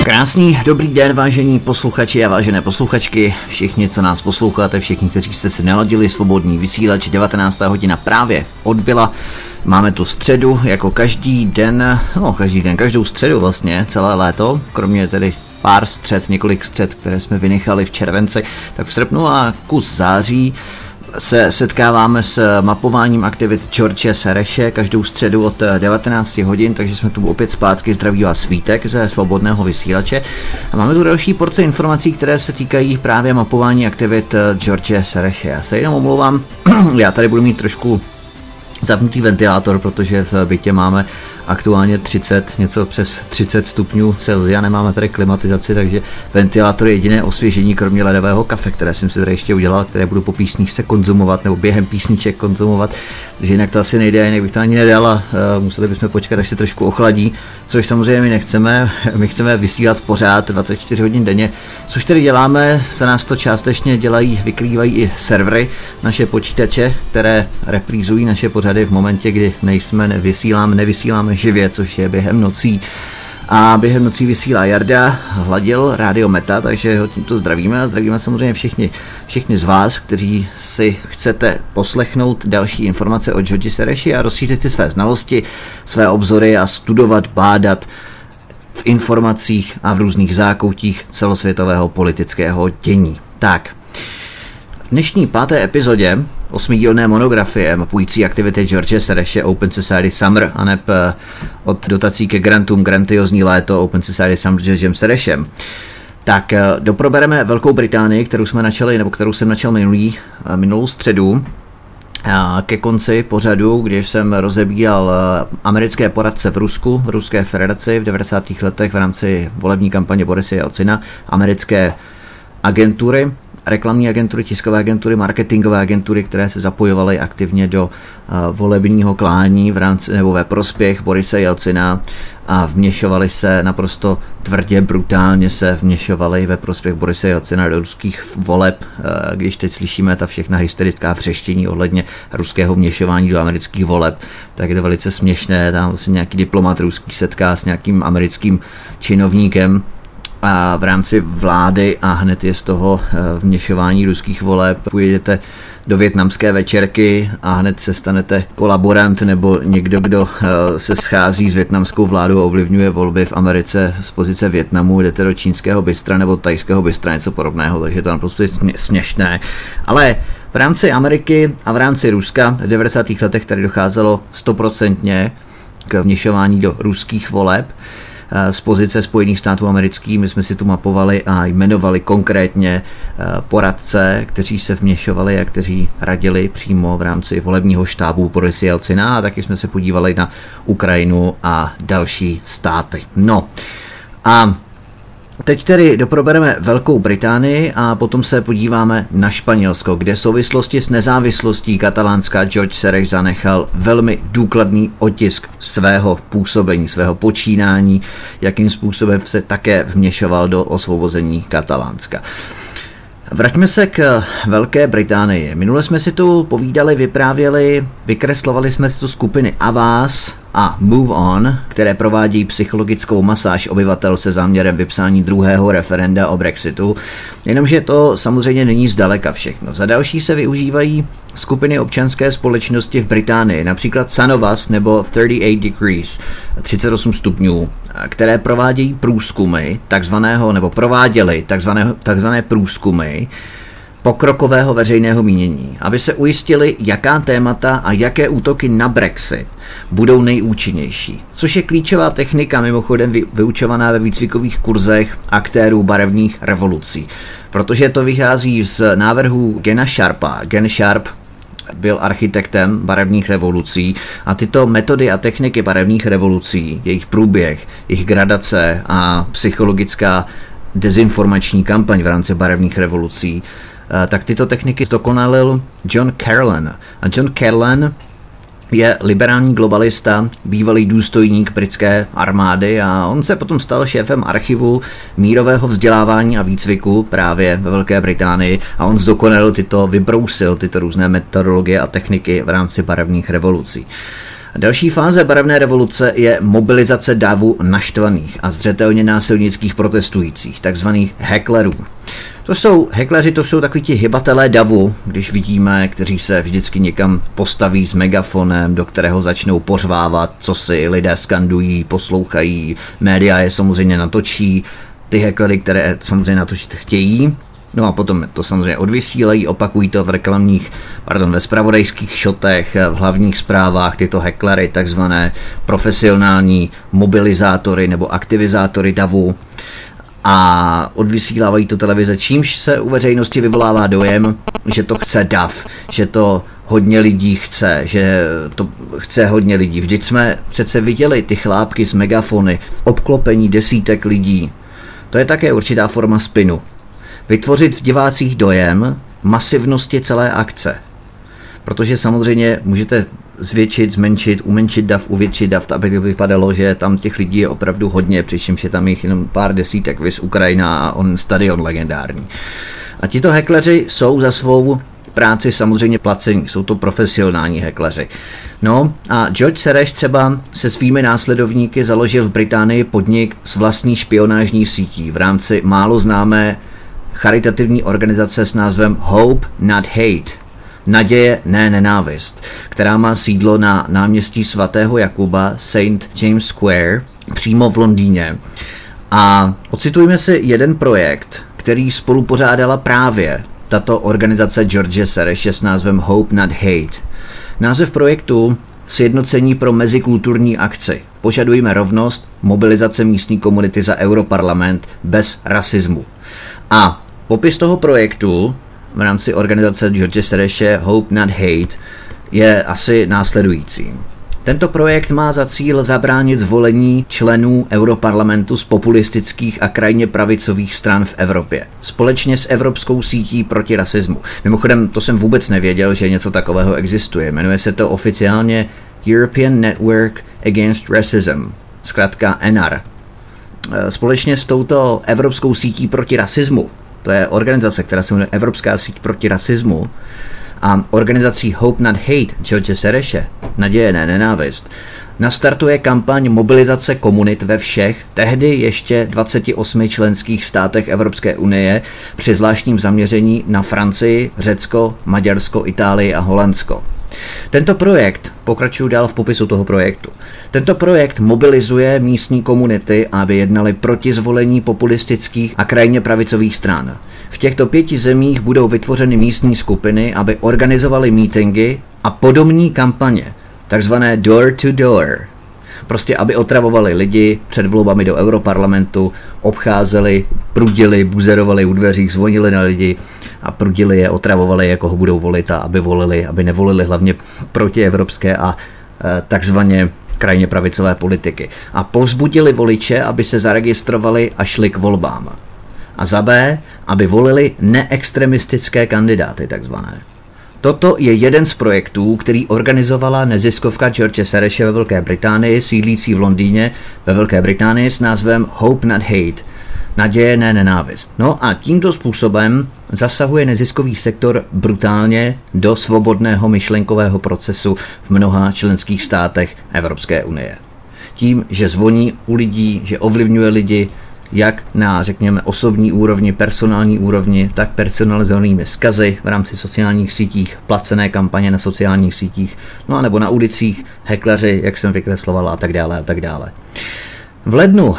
Krásný dobrý den, vážení posluchači a vážené posluchačky, všichni, co nás posloucháte, všichni, kteří jste si naladili svobodný vysílač, 19. hodina právě odbyla. Máme tu středu, jako každou středu vlastně, celé léto, kromě tedy pár střed, několik střed, které jsme vynechali v červenci, tak v srpnu a kus září se setkáváme s mapováním aktivit George Soreše každou středu od 19 hodin, takže jsme tu opět zpátky. Zdraví vás Vítek ze svobodného vysílače. A máme tu další porce informací, které se týkají právě mapování aktivit George Soreše. Já se jenom omlouvám, já tady budu mít trošku zapnutý ventilátor, protože v bytě máme aktuálně něco přes 30 stupňů Celsia, nemáme tady klimatizaci, takže ventilátor je jediné osvěžení, kromě ledového kafe, které jsem si tady ještě udělal, které budu po písničce konzumovat, nebo během písniček konzumovat, takže jinak to asi nejde, jinak bych to ani nedal a museli bychom počkat, až se trošku ochladí, což samozřejmě my nechceme, my chceme vysílat pořád 24 hodin denně, což tedy děláme, za nás to částečně vykrývají i servery, naše počítače, které reprízují naše pořady v momentě, kdy nevysíláme živě, což je během nocí. A během nocí vysílá Jarda Hladil, Rádio Meta, takže ho tímto zdravíme a zdravíme samozřejmě všichni z vás, kteří si chcete poslechnout další informace o Georgi Soreši a rozšířit si své znalosti, své obzory a studovat, bádat v informacích a v různých zákoutích celosvětového politického dění. Tak, v dnešní 5. epizodě 8dílné monografie mapující aktivity George Soreše Open Society Summer a neb od dotací ke grantům grandiozní léto Open Society Summer s Georgem Sorešem. Tak doprobereme Velkou Británii, kterou jsem načal minulou středu. A ke konci pořadu, když jsem rozebíral americké poradce v Rusku, v Ruské federaci v 90. letech v rámci volební kampaně Borise Jelcina, americké agentury, reklamní agentury, tiskové agentury, marketingové agentury, které se zapojovaly aktivně do volebního klání ve prospěch Borise Jelcina a vměšovali se naprosto tvrdě, brutálně se vměšovali ve prospěch Borise Jelcina do ruských voleb, když teď slyšíme ta všechna hysterická vřeštění ohledně ruského vměšování do amerických voleb, tak je to velice směšné, tam vlastně nějaký diplomat ruský setká s nějakým americkým činovníkem a v rámci vlády a hned je z toho vměšování ruských voleb. Půjdete do vietnamské večerky a hned se stanete kolaborant nebo někdo, kdo se schází s vietnamskou vládou a ovlivňuje volby v Americe z pozice Vietnamu, jdete do čínského bystra nebo tajského bystra, něco podobného, takže to je prostě směšné. Ale v rámci Ameriky a v rámci Ruska v 90. letech tady docházelo 100% k vměšování do ruských voleb. Z pozice Spojených států amerických my jsme si tu mapovali a jmenovali konkrétně poradce, kteří se vměšovali a kteří radili přímo v rámci volebního štábu Borise Jelcina a taky jsme se podívali na Ukrajinu a další státy. No a teď tedy doprobereme Velkou Británii a potom se podíváme na Španělsko, kde v souvislosti s nezávislostí katalánská George Soreš zanechal velmi důkladný otisk svého působení, svého počínání, jakým způsobem se také vměšoval do osvobození Katalánska. Vraťme se k Velké Británii. Minule jsme si tu povídali, vyprávěli, vykreslovali jsme si tu skupiny Avaz a Move On, které provádí psychologickou masáž obyvatel se záměrem vypsání druhého referenda o Brexitu, jenomže to samozřejmě není zdaleka všechno. Za další se využívají skupiny občanské společnosti v Británii, například Sanovas nebo 38 Degrees, 38 stupňů, které provádějí průzkumy prováděly takzvané průzkumy pokrokového veřejného mínění, aby se ujistili, jaká témata a jaké útoky na Brexit budou nejúčinnější, což je klíčová technika mimochodem vyučovaná ve výcvikových kurzech aktérů barevných revolucí, protože to vychází z návrhů Gena Sharpa. Gen Sharp byl architektem barevných revolucí a tyto metody a techniky barevných revolucí, jejich průběh, jejich gradace a psychologická dezinformační kampaň v rámci barevných revolucí, tak tyto techniky zdokonalil John Carlin. A John Carlin je liberální globalista, bývalý důstojník britské armády a on se potom stal šéfem archivu mírového vzdělávání a výcviku právě ve Velké Británii a on zdokonalil vybrousil tyto různé metodologie a techniky v rámci barevných revolucí. Další fáze barevné revoluce je mobilizace davu naštvaných a zřetelně násilnických protestujících, takzvaných hecklerů. To jsou takoví ti hybatelé davu, když vidíme, kteří se vždycky někam postaví s megafonem, do kterého začnou pořvávat, co si lidé skandují, poslouchají, média je samozřejmě natočí, ty hecklery, které samozřejmě natočit chtějí. No a potom to samozřejmě odvysílají, opakují to ve zpravodajských šotech, v hlavních zprávách, tyto hecklery, takzvané profesionální mobilizátory nebo aktivizátory davu, a odvysílávají to televize, čímž se u veřejnosti vyvolává dojem, že to chce dav, že to hodně lidí chce, že to chce hodně lidí. Vždyť jsme přece viděli ty chlápky z megafony v obklopení desítek lidí. To je také určitá forma spinu. Vytvořit v divácích dojem masivnosti celé akce. Protože samozřejmě můžete zvětšit, zmenšit, umenšit dav, uvětšit dav, aby to vypadalo, že tam těch lidí je opravdu hodně, přičemž je tam jich jenom pár desítek, viz Ukrajina a on stadion legendární. A tito heckleři jsou za svou práci samozřejmě placení, jsou to profesionální heckleři. No a George Soros třeba se svými následovníky založil v Británii podnik s vlastní špionážní sítí v rámci málo známé charitativní organizace s názvem Hope Not Hate, naděje, ne nenávist, která má sídlo na náměstí svatého Jakuba, St. James Square, přímo v Londýně. A ocitujme si jeden projekt, který spolupořádala právě tato organizace George Sorose s názvem Hope Not Hate. Název projektu: Sjednocení pro mezikulturní akci. Požadujeme rovnost, mobilizace místní komunity za Europarlament bez rasismu. A popis toho projektu v rámci organizace George Sorose Hope Not Hate je asi následující. Tento projekt má za cíl zabránit zvolení členů Europarlamentu z populistických a krajně pravicových stran v Evropě, společně s Evropskou sítí proti rasismu. Mimochodem, to jsem vůbec nevěděl, že něco takového existuje. Jmenuje se to oficiálně European Network Against Racism, zkrátka ENAR. Společně s touto Evropskou sítí proti rasismu, to je organizace, která se jmenuje Evropská síť proti rasismu, a organizací Hope Not Hate George Sorose, naděje, ne nenávist, nastartuje kampaň mobilizace komunit ve všech, tehdy ještě 28 členských státech Evropské unie při zvláštním zaměření na Francii, Řecko, Maďarsko, Itálii a Holandsko. Tento projekt, pokračuju dál v popisu toho projektu, tento projekt mobilizuje místní komunity, aby jednali proti zvolení populistických a krajně pravicových stran. V těchto 5 zemích budou vytvořeny místní skupiny, aby organizovaly mítingy a podobní kampaně, takzvané door to door. Prostě aby otravovali lidi před volbami do Europarlamentu, obcházeli, prudili, buzerovali u dveřích, zvonili na lidi a prudili je, otravovali je, koho budou volit, a aby volili, aby nevolili hlavně protievropské a takzvaně krajně pravicové politiky. A povzbudili voliče, aby se zaregistrovali a šli k volbám. A za B, aby volili neextremistické kandidáty takzvané. Toto je jeden z projektů, který organizovala neziskovka George Sorose ve Velké Británii, sídlící v Londýně ve Velké Británii s názvem Hope Not Hate, naděje, ne nenávist. No a tímto způsobem zasahuje neziskový sektor brutálně do svobodného myšlenkového procesu v mnoha členských státech Evropské unie. Tím, že zvoní u lidí, že ovlivňuje lidi, jak na, řekněme, osobní úrovni, personální úrovni, tak personalizovanými vzkazy v rámci sociálních sítích, placené kampaně na sociálních sítích, no a nebo na ulicích, heckleři, jak jsem vykresloval, a tak dále a tak dále. V lednu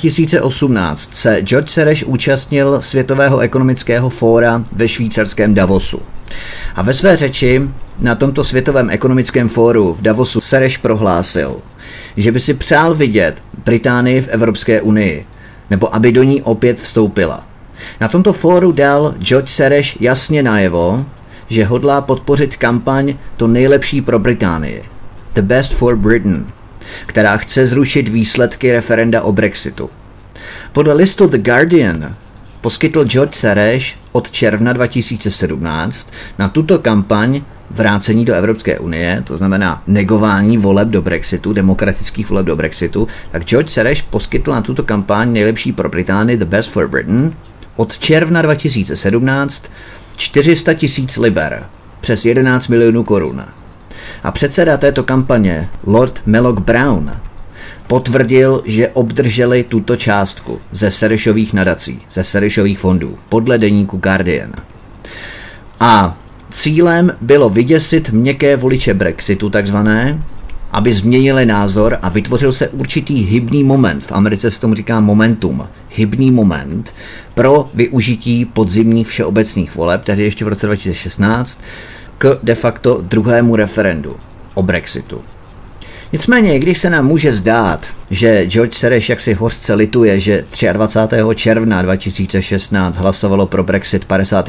2018 se George Soros účastnil Světového ekonomického fóra ve švýcarském Davosu. A ve své řeči na tomto Světovém ekonomickém fóru v Davosu Soros prohlásil, že by si přál vidět Británii v Evropské unii, nebo aby do ní opět vstoupila. Na tomto fóru dal George Soros jasně najevo, že hodlá podpořit kampaň To nejlepší pro Británii, The Best for Britain, která chce zrušit výsledky referenda o Brexitu. Podle listu The Guardian poskytl George Soros od června 2017 na tuto kampaň vrácení do Evropské unie, to znamená negování voleb do Brexitu, demokratických voleb do Brexitu, tak George Soros poskytl na tuto kampaň nejlepší pro Británii, The Best for Britain, od června 2017 400 000 liber, přes 11 milionů korun. A předseda této kampaně, Lord Malloch Brown, potvrdil, že obdrželi tuto částku ze Sereshových nadací, ze Sereshových fondů, podle deníku Guardian. A cílem bylo vyděsit měkké voliče Brexitu takzvané, aby změnili názor a vytvořil se určitý hybný moment, v Americe se tomu říká momentum, hybný moment pro využití podzimních všeobecných voleb, tedy ještě v roce 2016, k de facto druhému referendu o Brexitu. Nicméně, když se nám může zdát, že George Soros jaksi hořce lituje, že 23. června 2016 hlasovalo pro Brexit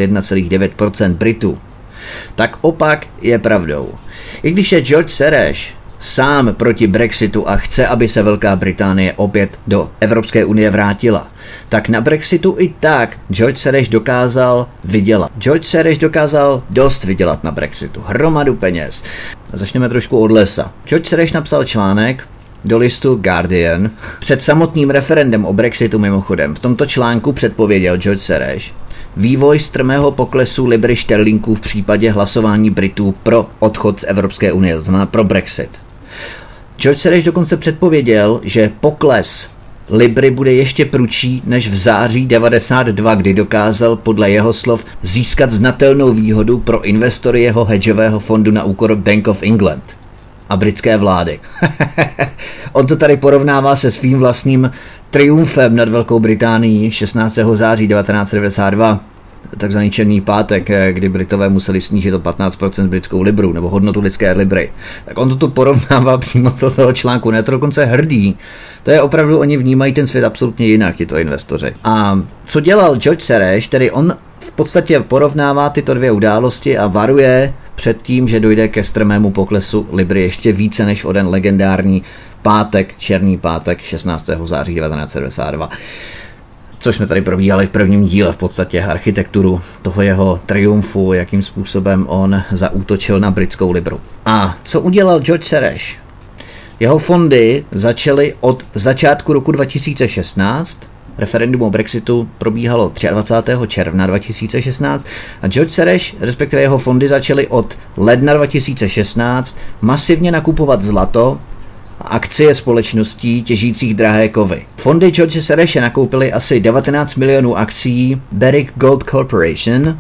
51,9% Britů, tak opak je pravdou. I když je George Soros sám proti Brexitu a chce, aby se Velká Británie opět do Evropské unie vrátila, tak na Brexitu i tak George Soros dokázal vydělat. George Soros dokázal dost vydělat na Brexitu, hromadu peněz. Začneme trošku od lesa. George Soros napsal článek do listu Guardian před samotným referendem o Brexitu mimochodem. V tomto článku předpověděl George Soros vývoj strmého poklesu libry šterlinků v případě hlasování Britů pro odchod z Evropské unie, to znamená pro Brexit. George Soros dokonce předpověděl, že pokles libry bude ještě prudší než v září 92, kdy dokázal podle jeho slov získat znatelnou výhodu pro investory jeho hedžového fondu na úkor Bank of England a britské vlády. On to tady porovnává se svým vlastním triumfem nad Velkou Británií 16. září 1992, takzvaný černý pátek, kdy Britové museli snížit o 15% britskou libru, nebo hodnotu lidské libry. Tak on to tu porovnává přímo do toho článku, ne to dokonce hrdý. To je opravdu, oni vnímají ten svět absolutně jinak, tito investoři. A co dělal George Soros, tedy on v podstatě porovnává tyto dvě události a varuje před tím, že dojde ke strmému poklesu libry ještě více než v onen legendární pátek, černý pátek 16. září 1992. Což jsme tady probíhali v prvním díle, v podstatě architekturu toho jeho triumfu, jakým způsobem on zaútočil na britskou libru. A co udělal George Soros? Jeho fondy začaly od začátku roku 2016, referendum o Brexitu probíhalo 23. června 2016 a George Soros, respektive jeho fondy, začaly od ledna 2016 masivně nakupovat zlato a akcie společností těžících drahé kovy. Fondy George Sorose nakoupily asi 19 milionů akcií Barrick Gold Corporation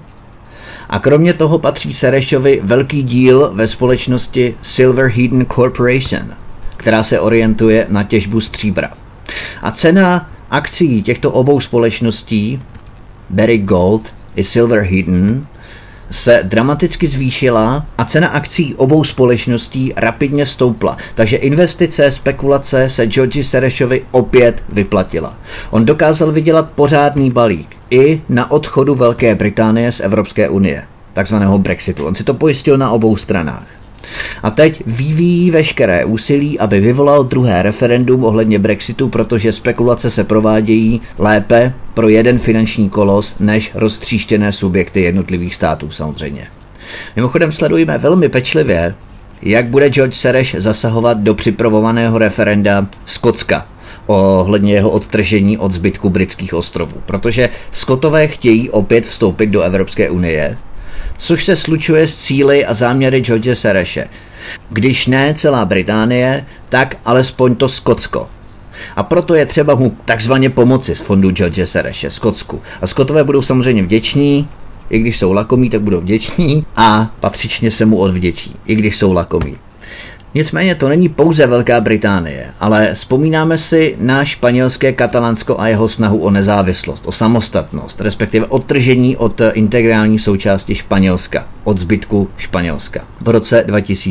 a kromě toho patří Sorosovi velký díl ve společnosti Silverheaton Corporation, která se orientuje na těžbu stříbra. A cena akcií těchto obou společností, Barrick Gold i Silverheaton, se dramaticky zvýšila a cena akcií obou společností rapidně stoupla. Takže investice, spekulace se Georgi Sorosovi opět vyplatila. On dokázal vydělat pořádný balík i na odchodu Velké Británie z Evropské unie, takzvaného Brexitu. On si to pojistil na obou stranách. A teď vyvíjí veškeré úsilí, aby vyvolal druhé referendum ohledně Brexitu, protože spekulace se provádějí lépe pro jeden finanční kolos než roztříštěné subjekty jednotlivých států samozřejmě. Mimochodem sledujeme velmi pečlivě, jak bude George Soros zasahovat do připravovaného referenda Skotska ohledně jeho odtržení od zbytku britských ostrovů, protože Skotové chtějí opět vstoupit do Evropské unie, což se slučuje s cíli a záměry George Sorose. Když ne celá Británie, tak alespoň to Skotsko. A proto je třeba mu takzvaně pomoci z fondu George Sorose, Skotsku. A Skotové budou samozřejmě vděční, i když jsou lakomí, tak budou vděční a patřičně se mu odvděčí, i když jsou lakomí. Nicméně to není pouze Velká Británie, ale vzpomínáme si na španělské Katalánsko a jeho snahu o nezávislost, o samostatnost, respektive odtržení od integrální součásti Španělska, od zbytku Španělska v roce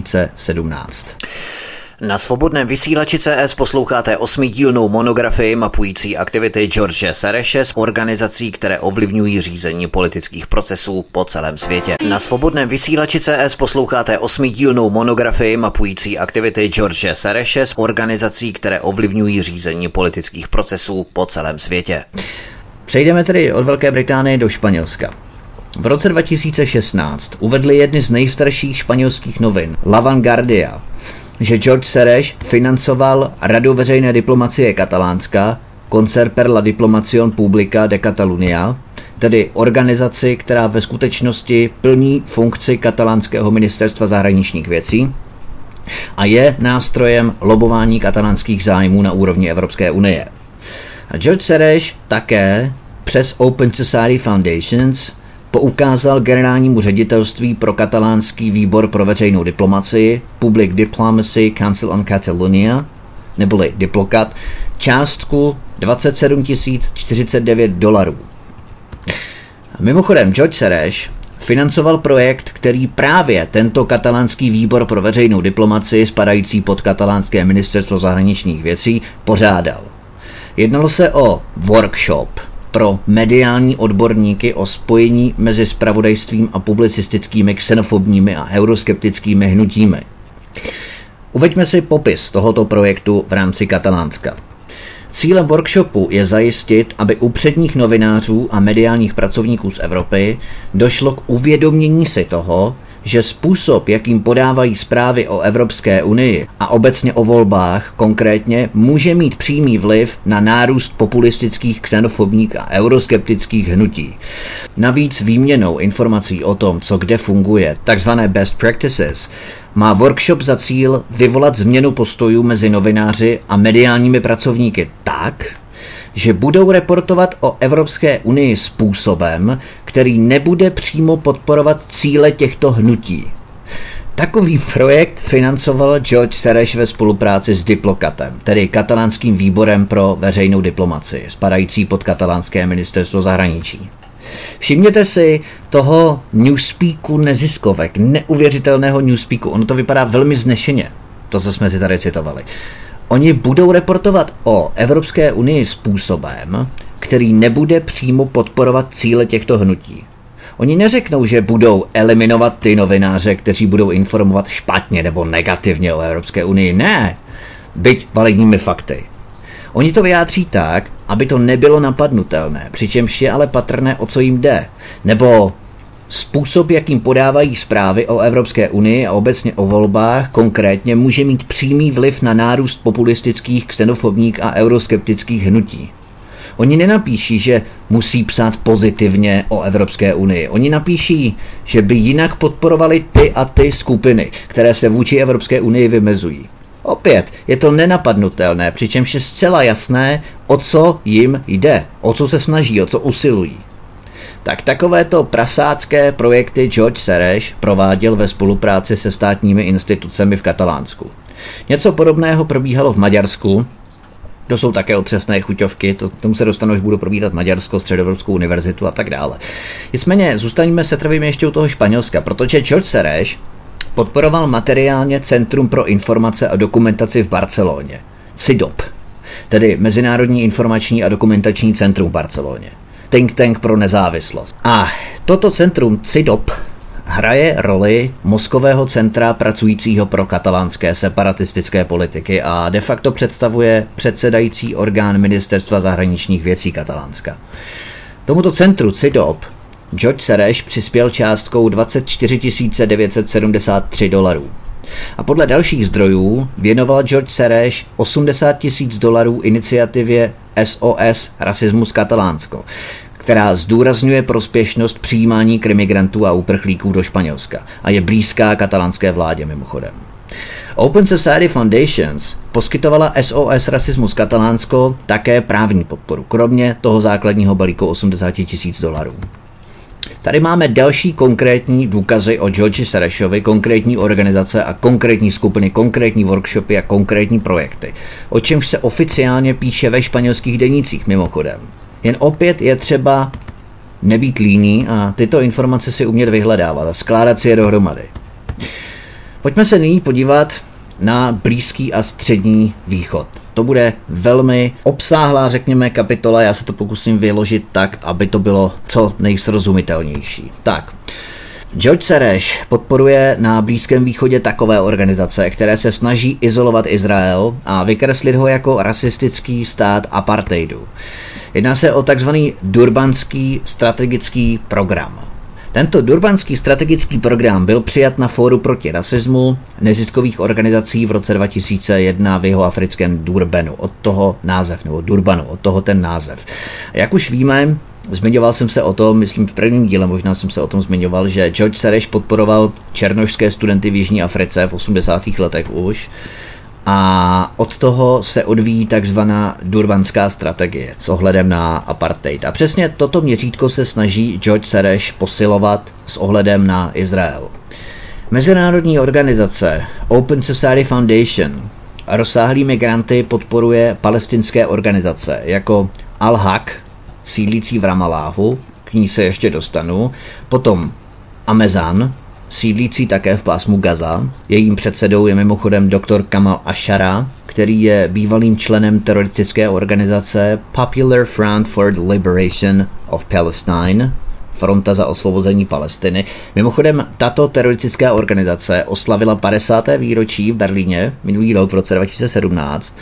2017. Na svobodném vysílači CS posloucháte 8dílnou monografii mapující aktivity George Sorose s organizací, které ovlivňují řízení politických procesů po celém světě. Na svobodném vysílači CS posloucháte 8dílnou monografii mapující aktivity George Sorose s organizací, které ovlivňují řízení politických procesů po celém světě. Přejdeme tedy od Velké Británie do Španělska. V roce 2016 uvedli jedny z nejstarších španělských novin La Vanguardia, že George Soros financoval Radu veřejné diplomacie Katalánska, Concert per la Diplomación Pública de Catalunya, tedy organizaci, která ve skutečnosti plní funkci katalánského ministerstva zahraničních věcí, a je nástrojem lobování katalánských zájmů na úrovni Evropské unie. A George Soros také přes Open Society Foundations poukázal generálnímu ředitelství pro katalánský výbor pro veřejnou diplomacii Public Diplomacy Council on Catalonia, neboli Diplocat, částku $27,049. Mimochodem, George Soros financoval projekt, který právě tento katalánský výbor pro veřejnou diplomacii spadající pod katalánské ministerstvo zahraničních věcí pořádal. Jednalo se o workshop pro mediální odborníky o spojení mezi zpravodajstvím a publicistickými xenofobními a euroskeptickými hnutími. Uveďme si popis tohoto projektu v rámci Katalánska. Cílem workshopu je zajistit, aby u předních novinářů a mediálních pracovníků z Evropy došlo k uvědomění si toho, že způsob, jakým podávají zprávy o Evropské unii a obecně o volbách konkrétně, může mít přímý vliv na nárůst populistických, xenofobních a euroskeptických hnutí. Navíc výměnou informací o tom, co kde funguje, takzvané best practices, má workshop za cíl vyvolat změnu postojů mezi novináři a mediálními pracovníky tak, že budou reportovat o Evropské unii způsobem, který nebude přímo podporovat cíle těchto hnutí. Takový projekt financoval George Soros ve spolupráci s Diplocatem, tedy katalánským výborem pro veřejnou diplomacii, spadající pod katalánské ministerstvo zahraničí. Všimněte si toho newspeaku neziskovek, neuvěřitelného newspeaku. Ono to vypadá velmi vznešeně, to, co jsme si tady citovali. Oni budou reportovat o Evropské unii způsobem, který nebude přímo podporovat cíle těchto hnutí. Oni neřeknou, že budou eliminovat ty novináře, kteří budou informovat špatně nebo negativně o Evropské unii. Ne, byť validními fakty. Oni to vyjádří tak, aby to nebylo napadnutelné, přičemž je ale patrné, o co jim jde. Nebo způsob, jakým podávají zprávy o Evropské unii a obecně o volbách konkrétně, může mít přímý vliv na nárůst populistických, xenofobních a euroskeptických hnutí. Oni nenapíší, že musí psát pozitivně o Evropské unii. Oni napíší, že by jinak podporovali ty a ty skupiny, které se vůči Evropské unii vymezují. Opět je to nenapadnutelné, přičemž je zcela jasné, o co jim jde, o co se snaží, o co usilují. Tak takovéto prasácké projekty George Soros prováděl ve spolupráci se státními institucemi v Katalánsku. Něco podobného probíhalo v Maďarsku. To jsou také otřesné chuťovky, tomu se dostanu, až budu probírat Maďarsko, Středoevropskou univerzitu a tak dále. Nicméně zůstaňme se trvíme ještě u toho Španělska, protože George Soros podporoval materiálně Centrum pro informace a dokumentaci v Barceloně, CIDOB, tedy Mezinárodní informační a dokumentační centrum v Barceloně, think tank pro nezávislost. A toto centrum CIDOB hraje roli mozkového centra pracujícího pro katalánské separatistické politiky a de facto představuje předsedající orgán Ministerstva zahraničních věcí Katalánska. Tomuto centru CIDOB George Soros přispěl částkou $24,973. A podle dalších zdrojů věnoval George Soros $80,000 iniciativě SOS Rasismus Katalánsko, která zdůrazňuje prospěšnost přijímání imigrantů a uprchlíků do Španělska a je blízká katalánské vládě mimochodem. Open Society Foundations poskytovala SOS Rasismus Katalánsko také právní podporu, kromě toho základního balíku $80,000. Tady máme další konkrétní důkazy o George Sorosovi, konkrétní organizace a konkrétní skupiny, konkrétní workshopy a konkrétní projekty, o čemž se oficiálně píše ve španělských denících mimochodem. Jen opět je třeba nebýt líný a tyto informace si umět vyhledávat a skládat si je dohromady. Pojďme se nyní podívat na Blízký a Střední východ. To bude velmi obsáhlá, řekněme, kapitola, já se to pokusím vyložit tak, aby to bylo co nejsrozumitelnější. Tak, George Soros podporuje na Blízkém východě takové organizace, které se snaží izolovat Izrael a vykreslit ho jako rasistický stát apartheidu. Jedná se o takzvaný Durbanský strategický program. Tento Durbanský strategický program byl přijat na Fóru proti rasismu neziskových organizací v roce 2001 v jihoafrickém Durbanu. Od toho název, nebo Durbanu, od toho ten název. Jak už víme, Zmiňoval jsem se o tom, myslím v prvním díle možná jsem se o tom zmiňoval, že George Soros podporoval černošské studenty v Jižní Africe v 80. letech už. A od toho se odvíjí takzvaná durbanská strategie s ohledem na apartheid. A přesně toto měřítko se snaží George Soros posilovat s ohledem na Izrael. Mezinárodní organizace Open Society Foundation rozsáhlými granty podporuje palestinské organizace jako Al-Haq, sídlící v Ramalláhu, k ní se ještě dostanu, potom Amezan, sídlící také v pásmu Gaza. Jejím předsedou je mimochodem doktor Kamal Ashara, který je bývalým členem teroristické organizace Popular Front for the Liberation of Palestine, Fronta za osvobození Palestiny. Mimochodem, tato teroristická organizace oslavila 50. výročí v Berlíně minulý rok v roce 2017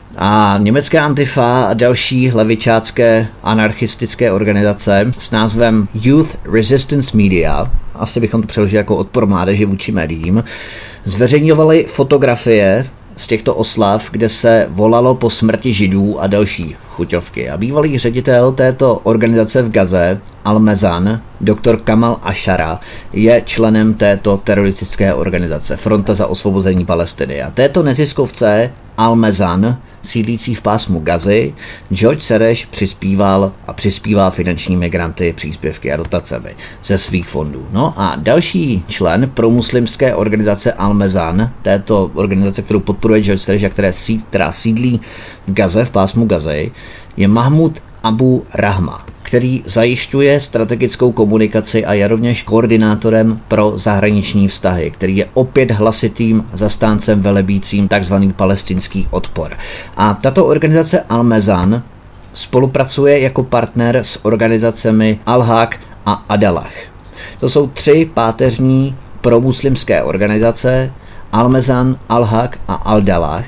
a německé Antifa a další levičácké anarchistické organizace s názvem Youth Resistance Media, asi bychom to přeložili jako odpor mládeže vůči médiím, zveřejňovaly fotografie z těchto oslav, kde se volalo po smrti Židů a další chuťovky. A bývalý ředitel této organizace v Gaze, Al-Mezan, doktor Kamal Ashara, je členem této teroristické organizace Fronta za osvobození Palestiny. A této neziskovce Al-Mezan, sídlící v pásmu Gazy, George Soros přispíval a přispívá finančními granty, příspěvky a dotacemi ze svých fondů. No a další člen promuslimské organizace Al-Mezan, této organizace, kterou podporuje George Soros a která sídlí v Gaze, v pásmu Gazy, je Mahmud Abu Rahma, který zajišťuje strategickou komunikaci a je rovněž koordinátorem pro zahraniční vztahy, který je opět hlasitým zastáncem velebícím tzv. Palestinský odpor. A tato organizace Al-Mezan spolupracuje jako partner s organizacemi Al-Haq a Adalach. To jsou 3 páteřní promuslimské organizace Al-Mezan, Al-Haq a Al-Dalach,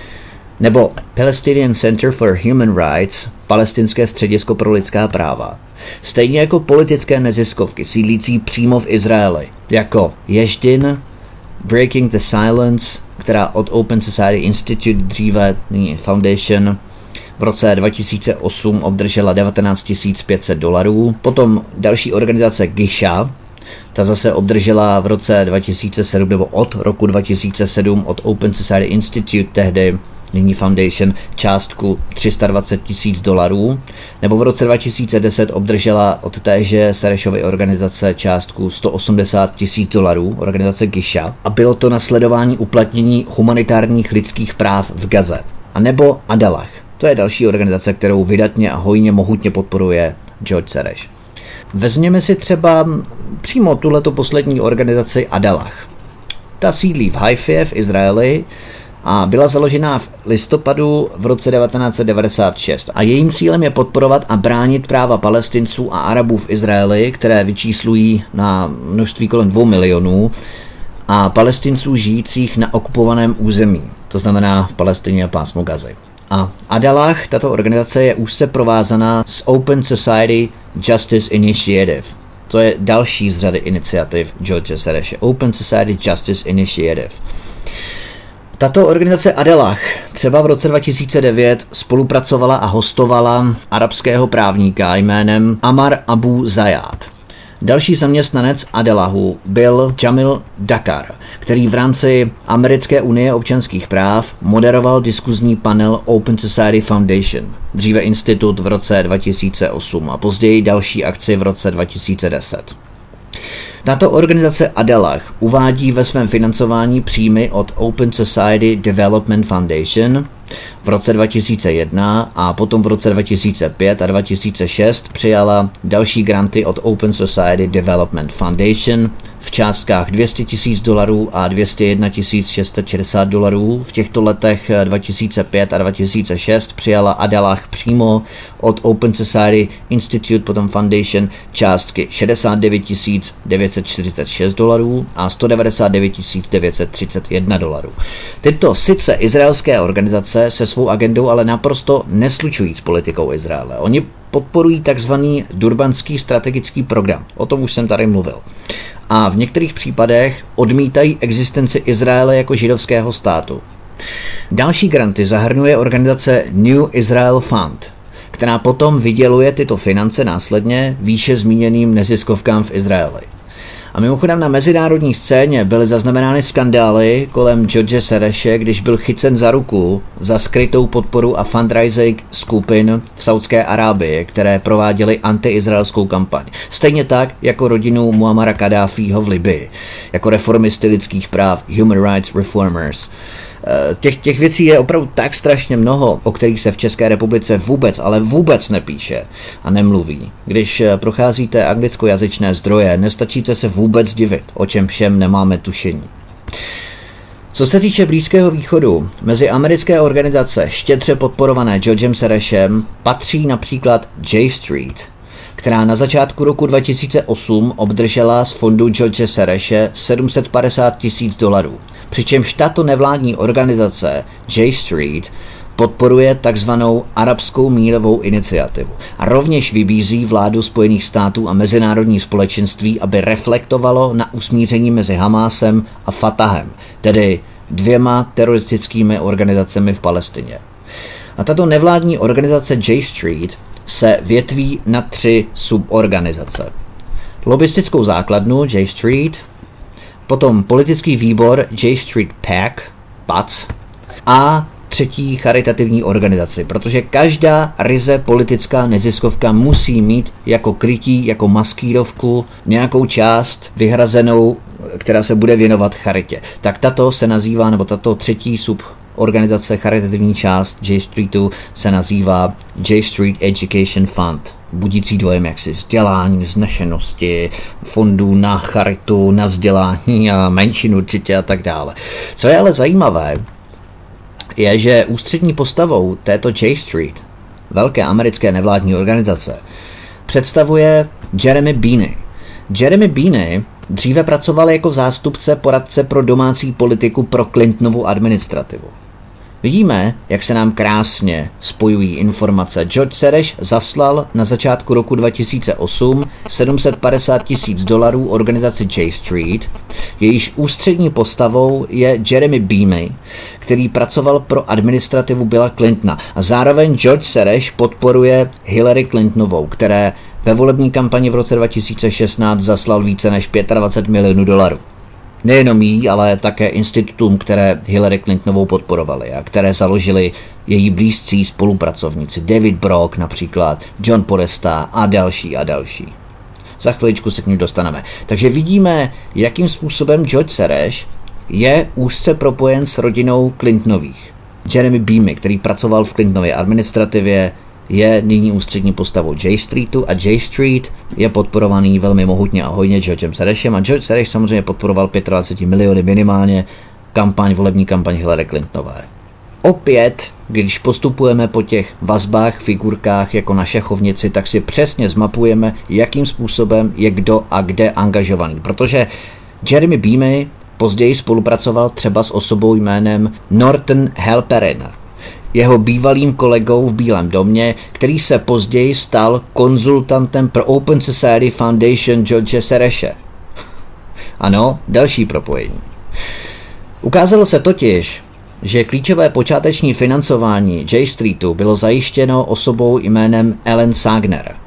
nebo Palestinian Center for Human Rights, palestinské středisko pro lidská práva. Stejně jako politické neziskovky sídlící přímo v Izraeli, jako Yesh-Din, Breaking the Silence, která od Open Society Institute, dříve Foundation, v roce 2008 obdržela $19,500. Potom další organizace Gisha, ta zase obdržela v roce 2007 nebo od roku 2007 od Open Society Institute tehdy, nyní Foundation, částku $320,000, nebo v roce 2010 obdržela od téže Sorosovy organizace částku $180,000, organizace Gisha, a bylo to na sledování uplatnění humanitárních lidských práv v Gaze. A nebo Adalach, to je další organizace, kterou vydatně a hojně mohutně podporuje George Soros. Vezměme si třeba přímo tuhleto poslední organizaci Adalach. Ta sídlí v Haifě v Izraeli a byla založena v listopadu v roce 1996 a jejím cílem je podporovat a bránit práva Palestinců a Arabů v Izraeli, které vyčíslují na množství kolem 2 milionů, a Palestinců žijících na okupovaném území, to znamená v Palestině a pásmu Gazy. A Adalach, tato organizace, je úzce provázaná s Open Society Justice Initiative. To je další z řady iniciativ George Soros, Open Society Justice Initiative. Tato organizace Adalach třeba v roce 2009 spolupracovala a hostovala arabského právníka jménem Amar Abu Zayad. Další zaměstnanec Adalahu byl Jamil Dakar, který v rámci Americké unie občanských práv moderoval diskuzní panel Open Society Foundation, dříve institut v roce 2008 a později další akci v roce 2010. Tato organizace Adalach uvádí ve svém financování příjmy od Open Society Development Foundation v roce 2001 a potom v roce 2005 a 2006 přijala další granty od Open Society Development Foundation v částkách $200,000 a $201,660. V těchto letech 2005 a 2006 přijala Adalach přímo od Open Society Institute, potom Foundation, částky $69,946 a $199,931. Tyto sice izraelské organizace se svou agendou ale naprosto neslučují s politikou Izraele. Oni podporují takzvaný Durbanský strategický program. O tom už jsem tady mluvil. A v některých případech odmítají existenci Izraele jako židovského státu. Další granty zahrnuje organizace New Israel Fund, která potom vyděluje tyto finance následně výše zmíněným neziskovkám v Izraeli. A mimochodem na mezinárodní scéně byly zaznamenány skandály kolem George Sereše, když byl chycen za ruku za skrytou podporu a fundraising skupin v Saudské Arábii, které prováděly antiizraelskou kampaň. Stejně tak jako rodinu Muammara Kaddáfího v Libii, jako reformisty lidských práv, Human Rights Reformers. Těch věcí je opravdu tak strašně mnoho, o kterých se v České republice vůbec nepíše a nemluví. Když procházíte anglickojazyčné zdroje, nestačíte se vůbec divit, o čem všem nemáme tušení. Co se týče Blízkého východu, mezi americké organizace štědře podporované Georgem Serešem patří například J Street, která na začátku roku 2008 obdržela z fondu George Sereše $750 000. Přičemž tato nevládní organizace J Street podporuje takzvanou arabskou mírovou iniciativu a rovněž vybízí vládu Spojených států a mezinárodní společenství, aby reflektovalo na usmíření mezi Hamásem a Fatahem, tedy dvěma teroristickými organizacemi v Palestině. A tato nevládní organizace J Street se větví na 3 suborganizace. Lobistickou základnu J Street, potom politický výbor J Street PAC a 3. charitativní organizaci, protože každá ryze politická neziskovka musí mít jako krytí, jako maskírovku nějakou část vyhrazenou, která se bude věnovat charitě. Tak tato se nazývá, nebo tato 3. suborganizace, charitativní část J Streetu se nazývá J Street Education Fund. Budící dojem jaksi vzdělání, vznešenosti, fondů na charitu, na vzdělání a menšinu určitě a tak dále. Co je ale zajímavé, je, že ústřední postavou této J Street, velké americké nevládní organizace, představuje Jeremy Beaney. Jeremy Beaney dříve pracoval jako zástupce poradce pro domácí politiku pro Clintonovu administrativu. Vidíme, jak se nám krásně spojují informace. George Sereš zaslal na začátku roku 2008 $750 000 organizaci J Street, jejíž ústřední postavou je Jeremy Beaney, který pracoval pro administrativu Billa Clintona. A zároveň George Sereš podporuje Hillary Clintonovou, které ve volební kampani v roce 2016 zaslal více než $25 milionů. Nejenom jí, ale také institutům, které Hillary Clintonovou podporovaly a které založili její blízcí spolupracovníci, David Brock například, John Podesta a další a další. Za chviličku se k ním dostaneme. Takže vidíme, jakým způsobem George Sereš je úzce propojen s rodinou Clintonových. Jeremy Beaney, který pracoval v Clintonově administrativě, je nyní ústřední postavou J Streetu a J Street je podporovaný velmi mohutně a hojně Georgem Serešem a George Sereš samozřejmě podporoval 25 miliony minimálně volební kampaň Hillary Clintonové. Opět, když postupujeme po těch vazbách, figurkách jako na šachovnici, tak si přesně zmapujeme, jakým způsobem je kdo a kde angažovaný. Protože Jeremy Beaney později spolupracoval třeba s osobou jménem Norton Halperin, jeho bývalým kolegou v Bílém domě, který se později stal konzultantem pro Open Society Foundation George Sereše. Ano, další propojení. Ukázalo se totiž, že klíčové počáteční financování J Streetu bylo zajištěno osobou jménem Alan Sagner,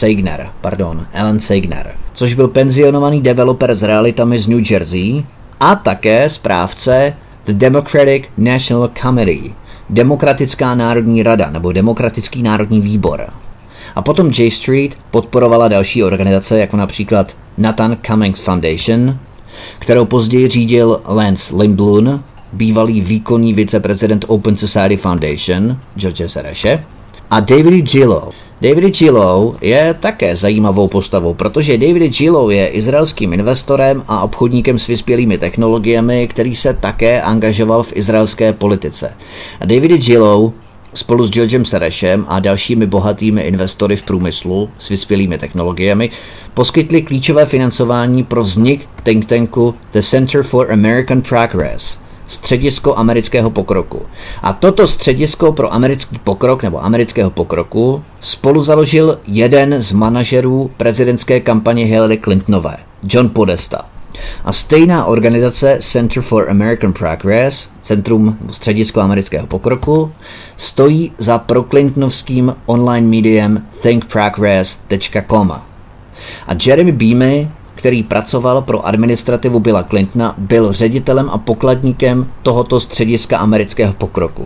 což byl penzionovaný developer s realitami z New Jersey a také správce The Democratic National Committee, Demokratická národní rada nebo Demokratický národní výbor. A potom J Street podporovala další organizace, jako například Nathan Cummings Foundation, kterou později řídil Lance Limblun, bývalý výkonný viceprezident Open Society Foundation, George Sereše, a David Gillow. David Gillow je také zajímavou postavou, protože David Gillow je izraelským investorem a obchodníkem s vyspělými technologiemi, který se také angažoval v izraelské politice. A David Gillow spolu s Georgem Serešem a dalšími bohatými investory v průmyslu s vyspělými technologiemi poskytli klíčové financování pro vznik think tanku The Center for American Progress, středisko amerického pokroku. A toto středisko pro americký pokrok nebo amerického pokroku spolu založil jeden z manažerů prezidentské kampaně Hillary Clintonové, John Podesta. A stejná organizace Center for American Progress, Středisko amerického pokroku, stojí za proklintonovským online médiem thinkprogress.com. A Jeremy Beamy, který pracoval pro administrativu Billa Clintona, byl ředitelem a pokladníkem tohoto Střediska amerického pokroku.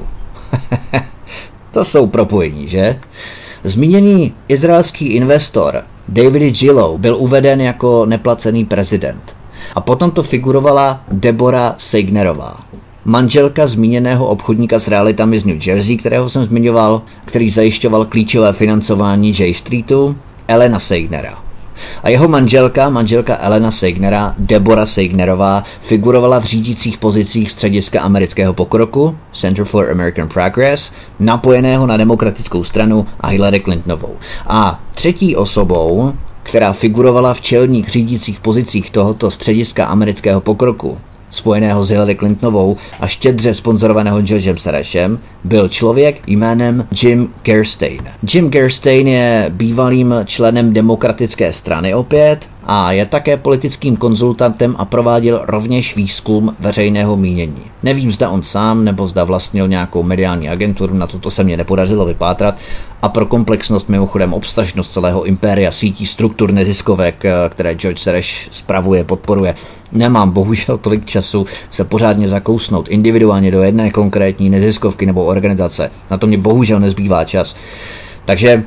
To jsou propojení, že? Zmíněný izraelský investor David Gillow byl uveden jako neplacený prezident. A potom to figurovala Deborah Seignerová, manželka zmíněného obchodníka s realitami z New Jersey, kterého jsem zmiňoval, který zajišťoval klíčové financování J Streetu, Elena Seignera. A jeho manželka Elena Seignera, Deborah Seignerová, figurovala v řídících pozicích Střediska amerického pokroku, Center for American Progress, napojeného na demokratickou stranu a Hillary Clintonovou. A třetí osobou, která figurovala v čelních řídících pozicích tohoto Střediska amerického pokroku, spojeného s Hillary Clintonovou a štědře sponzorovaného Georgem Soresem, byl člověk jménem Jim Gerstein. Jim Gerstein je bývalým členem demokratické strany opět a je také politickým konzultantem a prováděl rovněž výzkum veřejného mínění. Nevím, zda on sám nebo zda vlastnil nějakou mediální agenturu, na to se mě nepodařilo vypátrat, a pro komplexnost, mimochodem obsažnost celého impéria sítí struktur neziskovek, které George Soros spravuje, podporuje, nemám bohužel tolik času se pořádně zakousnout individuálně do jedné konkrétní neziskovky nebo organizace. Na to mě bohužel nezbývá čas. Takže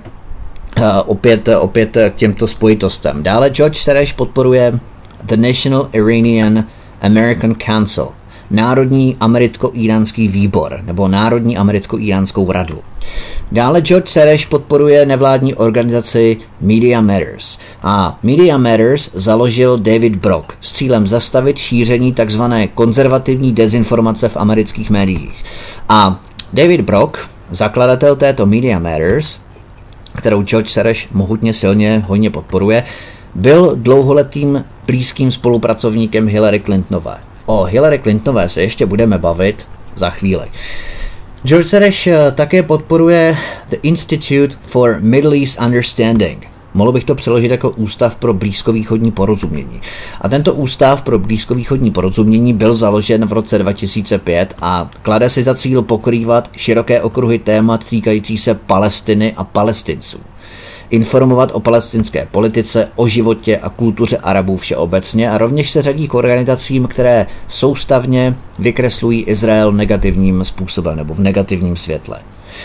opět k těmto spojitostem. Dále George Soros podporuje The National Iranian American Council, Národní americko-íránský výbor, nebo Národní americko-íránskou radu. Dále George Soros podporuje nevládní organizaci Media Matters. A Media Matters založil David Brock s cílem zastavit šíření tzv. Konzervativní dezinformace v amerických médiích. A David Brock, zakladatel této Media Matters, kterou George Soros mohutně silně hojně podporuje, byl dlouholetým blízkým spolupracovníkem Hillary Clintonové. O Hillary Clintonové se ještě budeme bavit za chvíli. George Soros také podporuje The Institute for Middle East Understanding. Mohl bych to přeložit jako Ústav pro blízkovýchodní porozumění. A tento Ústav pro blízkovýchodní porozumění byl založen v roce 2005 a klade si za cíl pokrývat široké okruhy témat týkající se Palestiny a Palestinců. Informovat o palestinské politice, o životě a kultuře Arabů všeobecně a rovněž se řadí k organizacím, které soustavně vykreslují Izrael negativním způsobem nebo v negativním světle.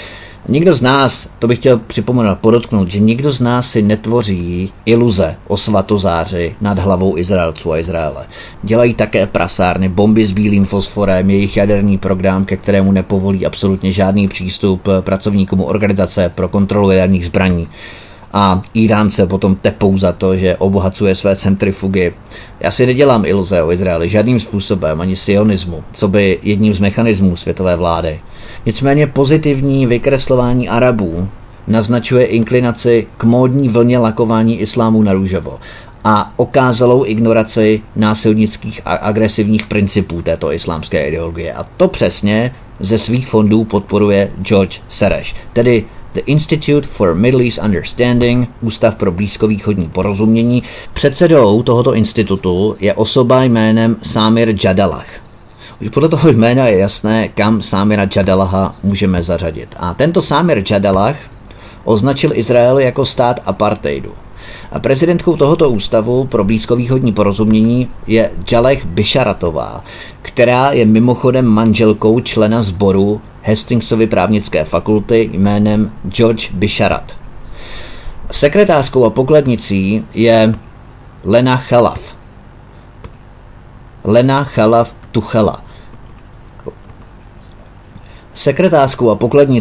Nikdo z nás, to bych chtěl připomenout, podotknout, že nikdo z nás si netvoří iluze o svatozáři nad hlavou Izraelců a Izraele. Dělají také prasárny, bomby s bílým fosforem, jejich jaderný program, ke kterému nepovolí absolutně žádný přístup pracovníkům organizace pro kontrolu jaderných zbraní. A Iránce potom tepou za to, že obohacuje své centrifugy. Já si nedělám iluze o Izraeli žádným způsobem, ani sionismu, co by jedním z mechanismů světové vlády. Nicméně pozitivní vykreslování Arabů naznačuje inklinaci k módní vlně lakování islámu na růžovo a okázalou ignoraci násilnických a agresivních principů této islámské ideologie. A to přesně ze svých fondů podporuje George Soros, tedy The Institute for Middle East Understanding, Ústav pro blízkovýchodní porozumění. Předsedou tohoto institutu je osoba jménem Samir Jadallah. Už podle toho jména je jasné, kam Samira Jadallaha můžeme zařadit. A tento Samir Jadallah označil Izrael jako stát apartheidu. A prezidentkou tohoto ústavu pro blízkovýchodní porozumění je Jaleh Bisharatová, která je mimochodem manželkou člena sboru Hastingsovy právnické fakulty jménem George Bisharat. Sekretářkou a pokladnicí je Lena Chalaf Tuchala. Sekretářkou a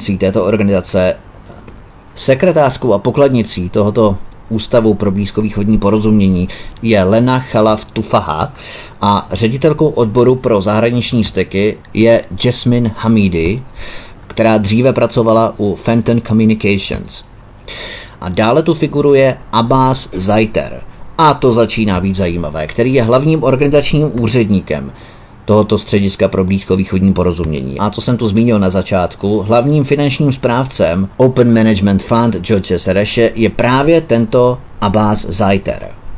pokladnicí tohoto Ústavu pro blízkovýchodní porozumění je Lena Chalaf Tufaha a ředitelkou odboru pro zahraniční styky je Jasmine Hamidi, která dříve pracovala u Fenton Communications. A dále tu figuruje Abbas Zaiter, a to začíná být zajímavé, který je hlavním organizačním úředníkem tohoto střediska pro blízkovýchodní porozumění. A co jsem tu zmínil na začátku, hlavním finančním správcem Open Management Fund George Sorose je právě tento Abbas Zaiter.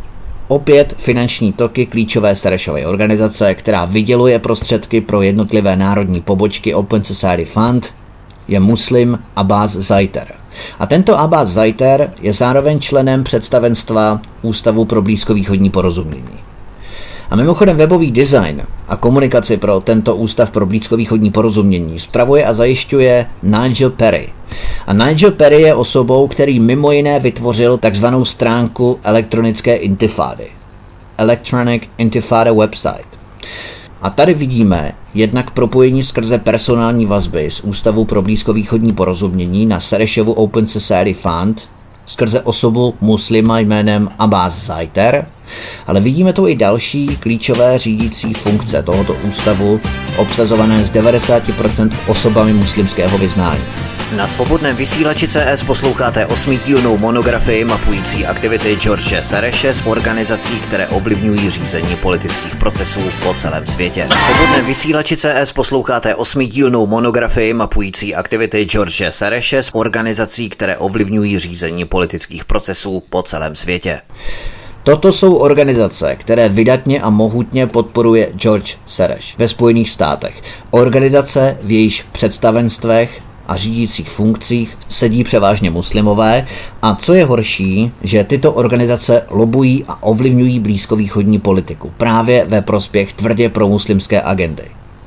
Opět finanční toky klíčové Serešovy organizace, která vyděluje prostředky pro jednotlivé národní pobočky Open Society Fund, je muslim Abbas Zaiter. A tento Abbas Zaiter je zároveň členem představenstva Ústavu pro blízkovýchodní porozumění. A mimochodem webový design a komunikaci pro tento Ústav pro blízkovýchodní porozumění spravuje a zajišťuje Nigel Perry. A Nigel Perry je osobou, který mimo jiné vytvořil takzvanou stránku elektronické intifády. Electronic Intifada website. A tady vidíme jednak propojení skrze personální vazby z Ústavu pro blízkovýchodní porozumění na Serešovu Open Society Fund skrze osobu muslima jménem Abbas Zaiter, ale vidíme tu i další klíčové řídící funkce tohoto ústavu, obsazované z 90% osobami muslimského vyznání. Na svobodném vysílači CS posloucháte 8dílnou monografii mapující aktivity George Sereše z organizací, které ovlivňují řízení politických procesů po celém světě. Na svobodném vysílači CS posloucháte 8dílnou monografii mapující aktivity George Sereše z organizací, které ovlivňují řízení politických procesů po celém světě. Toto jsou organizace, které vydatně a mohutně podporuje George Sereš ve Spojených státech. Organizace, v jejíž představenstvech a řídících funkcích sedí převážně muslimové a co je horší, že tyto organizace lobují a ovlivňují blízkovýchodní politiku právě ve prospěch tvrdě promuslimské agendy.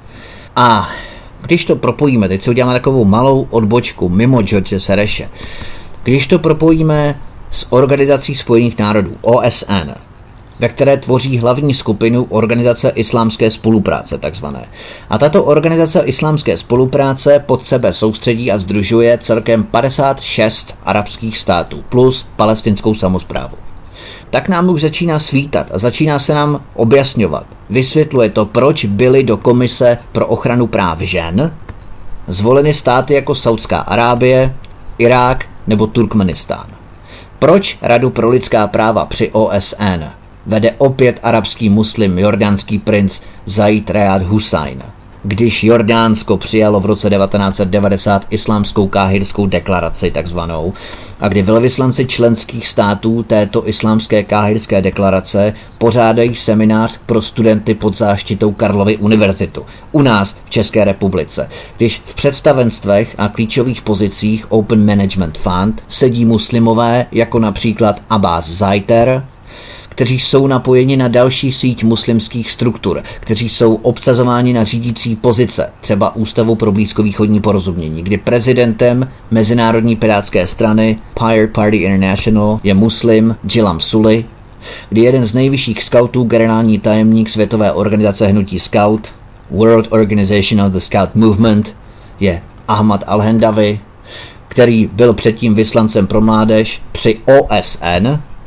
A když to propojíme, teď si uděláme takovou malou odbočku mimo George Sereše, když to propojíme s Organizací spojených národů, OSN, ve které tvoří hlavní skupinu Organizace islámské spolupráce takzvané. A tato Organizace islámské spolupráce pod sebe soustředí a sdružuje celkem 56 arabských států plus palestinskou samosprávu. Tak nám už začíná svítat a začíná se nám objasňovat. Vysvětluje to, proč byly do Komise pro ochranu práv žen zvoleny státy jako Saudská Arábie, Irák nebo Turkmenistán. Proč Radu pro lidská práva při OSN vede opět arabský muslim jordánský princ Zaid Riyad Husajn, když Jordánsko přijalo v roce 1990 islámskou káhirskou deklaraci takzvanou a kdy velvyslanci členských států této islámské káhirské deklarace pořádají seminář pro studenty pod záštitou Karlovy univerzitu u nás v České republice, když v představenstvech a klíčových pozicích Open Management Fund sedí muslimové jako například Abbas Zaiter, kteří jsou napojeni na další síť muslimských struktur, kteří jsou obsazováni na řídící pozice, třeba Ústavu pro blízkovýchodní porozumění, kdy prezidentem Mezinárodní pirátské strany Pirate Party International je muslim Ghilam Sully, kdy jeden z nejvyšších skautů, generální tajemník Světové organizace hnutí Scout, World Organization of the Scout Movement, je Ahmad Al-Hendawi, který byl předtím vyslancem pro mládež při OSN,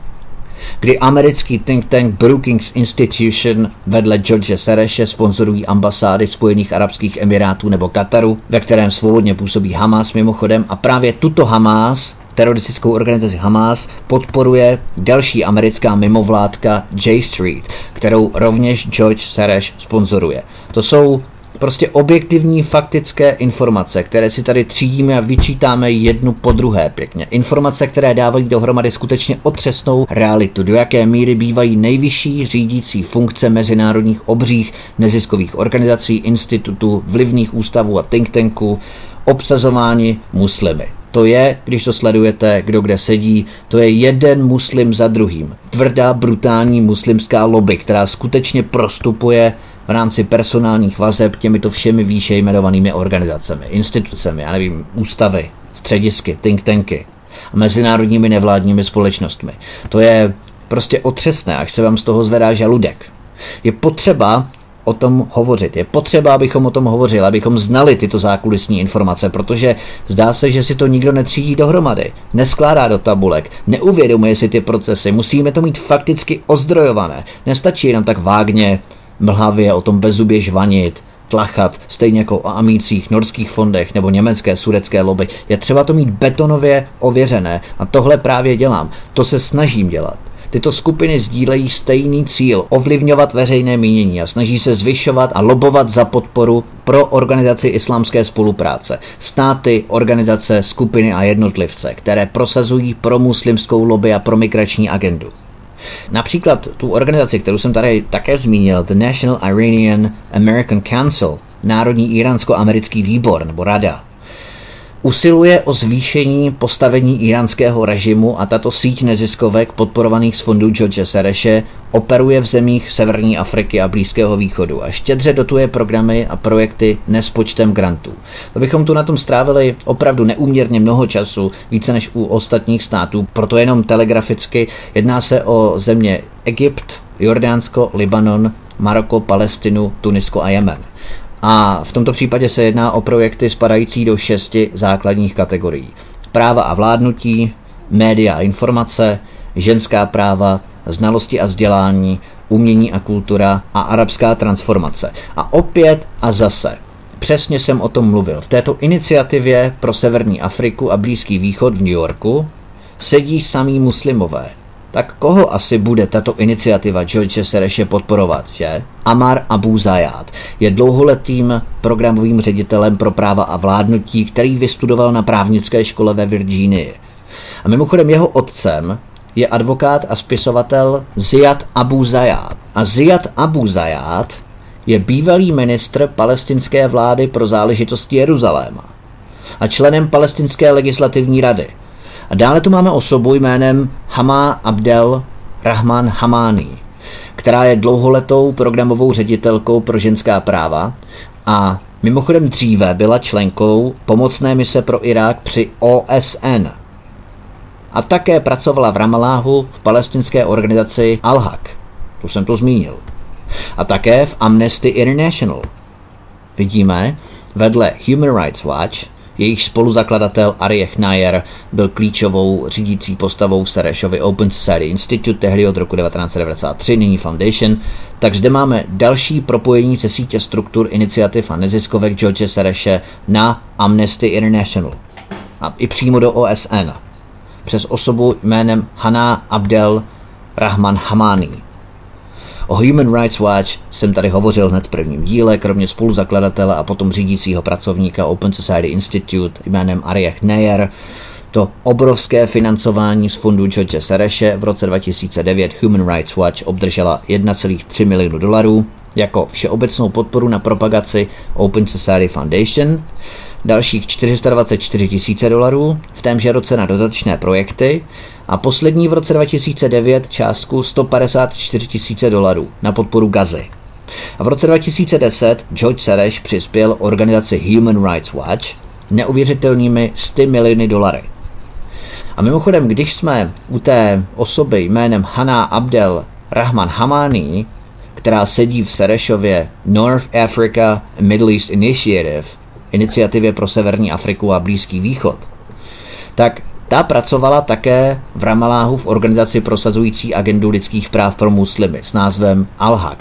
kdy americký think tank Brookings Institution vedle George Sereše sponzorují ambasády Spojených arabských emirátů nebo Kataru, ve kterém svobodně působí Hamas mimochodem a právě tuto Hamas, teroristickou organizaci Hamas, podporuje další americká mimovládka J Street, kterou rovněž George Sereš sponzoruje. To jsou prostě objektivní faktické informace, které si tady třídíme a vyčítáme jednu po druhé pěkně. Informace, které dávají dohromady skutečně otřesnou realitu, do jaké míry bývají nejvyšší řídící funkce mezinárodních obřích neziskových organizací, institutů, vlivných ústavů a think tanků obsazováni muslimy. To je, když to sledujete, kdo kde sedí, to je jeden muslim za druhým. Tvrdá, brutální muslimská lobby, která skutečně prostupuje v rámci personálních vazeb těmito všemi výše jmenovanými organizacemi, institucemi, já nevím, ústavy, středisky, think tanky a mezinárodními nevládními společnostmi. To je prostě otřesné, až se vám z toho zvedá žaludek. Je potřeba o tom hovořit. Je potřeba, abychom o tom hovořili, abychom znali tyto zákulisní informace, protože zdá se, že si to nikdo netřídí dohromady, neskládá do tabulek, neuvědomuje si ty procesy, musíme to mít fakticky ozdrojované. Nestačí jenom tak vágně, mlhavě o tom bezzubě žvanit, tlachat, stejně jako o amících, norských fondech nebo německé sudecké lobby. Je třeba to mít betonově ověřené a tohle právě dělám. To se snažím dělat. Tyto skupiny sdílejí stejný cíl ovlivňovat veřejné mínění a snaží se zvyšovat a lobovat za podporu pro organizaci islámské spolupráce. Státy, organizace, skupiny a jednotlivce, které prosazují pro muslimskou lobby a pro migrační agendu. Například tu organizaci, kterou jsem tady také zmínil, The National Iranian American Council, Národní iránsko-americký výbor nebo rada, usiluje o zvýšení postavení iránského režimu a tato síť neziskovek podporovaných z fondů George Soreše operuje v zemích Severní Afriky a Blízkého východu a štědře dotuje programy a projekty nespočtem grantů. To bychom tu na tom strávili opravdu neúměrně mnoho času, více než u ostatních států, proto jenom telegraficky jedná se o země Egypt, Jordánsko, Libanon, Maroko, Palestinu, Tunisko a Jemen. A v tomto případě se jedná o projekty spadající do 6 základních kategorií. Práva a vládnutí, média a informace, ženská práva, znalosti a vzdělání, umění a kultura a arabská transformace. A opět a zase, přesně jsem o tom mluvil, v této iniciativě pro Severní Afriku a Blízký východ v New Yorku sedí samí muslimové. Tak koho asi bude tato iniciativa George Soreše podporovat, že? Amar Abu Zayat je dlouholetým programovým ředitelem pro práva a vládnutí, který vystudoval na právnické škole ve Virginii. A mimochodem jeho otcem je advokát a spisovatel Ziad Abu Zayat. A Ziad Abu Zayat je bývalý ministr palestinské vlády pro záležitosti Jeruzaléma a členem palestinské legislativní rady. A dále tu máme osobu jménem Hama Abdel Rahman Hamani, která je dlouholetou programovou ředitelkou pro ženská práva a mimochodem dříve byla členkou pomocné mise pro Irák při OSN. A také pracovala v Ramalláhu v palestinské organizaci Al-Haq. Tu jsem to zmínil. A také v Amnesty International. Vidíme, vedle Human Rights Watch, jejich spoluzakladatel Arieh Nayer byl klíčovou řídící postavou v Serešově Open Society Institute, tehdy od roku 1993, nyní Foundation, tak zde máme další propojení se sítě struktur, iniciativ a neziskovek George Soreše na Amnesty International a i přímo do OSN přes osobu jménem Hana Abdel Rahman Hamani. O Human Rights Watch jsem tady hovořil hned v prvním díle, kromě spoluzakladatele a potom řídícího pracovníka Open Society Institute jménem Arieh Nayer. To obrovské financování z fondu George Soreše v roce 2009 Human Rights Watch obdržela 1,3 milionu dolarů jako všeobecnou podporu na propagaci Open Society Foundation, dalších 424 tisíce dolarů v témže roce na dodatečné projekty a poslední v roce 2009 částku 154 tisíce dolarů na podporu Gazy. A v roce 2010 George Soros přispěl organizaci Human Rights Watch neuvěřitelnými 100 miliony dolary. A mimochodem, když jsme u té osoby jménem Hana Abdel Rahman Hamani, která sedí v Serešově North Africa Middle East Initiative, iniciativě pro Severní Afriku a Blízký východ, tak ta pracovala také v Ramalláhu v organizaci prosazující agendu lidských práv pro muslimy s názvem Al-Haq.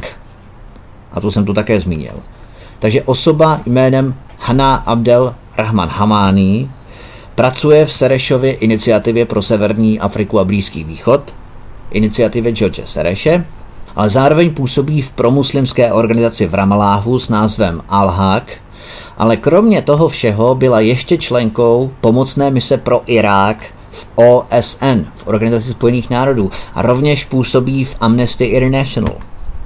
A tu jsem tu také zmínil. Takže osoba jménem Hana Abdel Rahman Hamani pracuje v Serešově iniciativě pro Severní Afriku a Blízký východ, iniciativě George Soreše, ale zároveň působí v promuslimské organizaci v Ramalláhu s názvem Al-Haq, ale kromě toho všeho byla ještě členkou pomocné mise pro Irák v OSN, v Organizaci spojených národů, a rovněž působí v Amnesty International.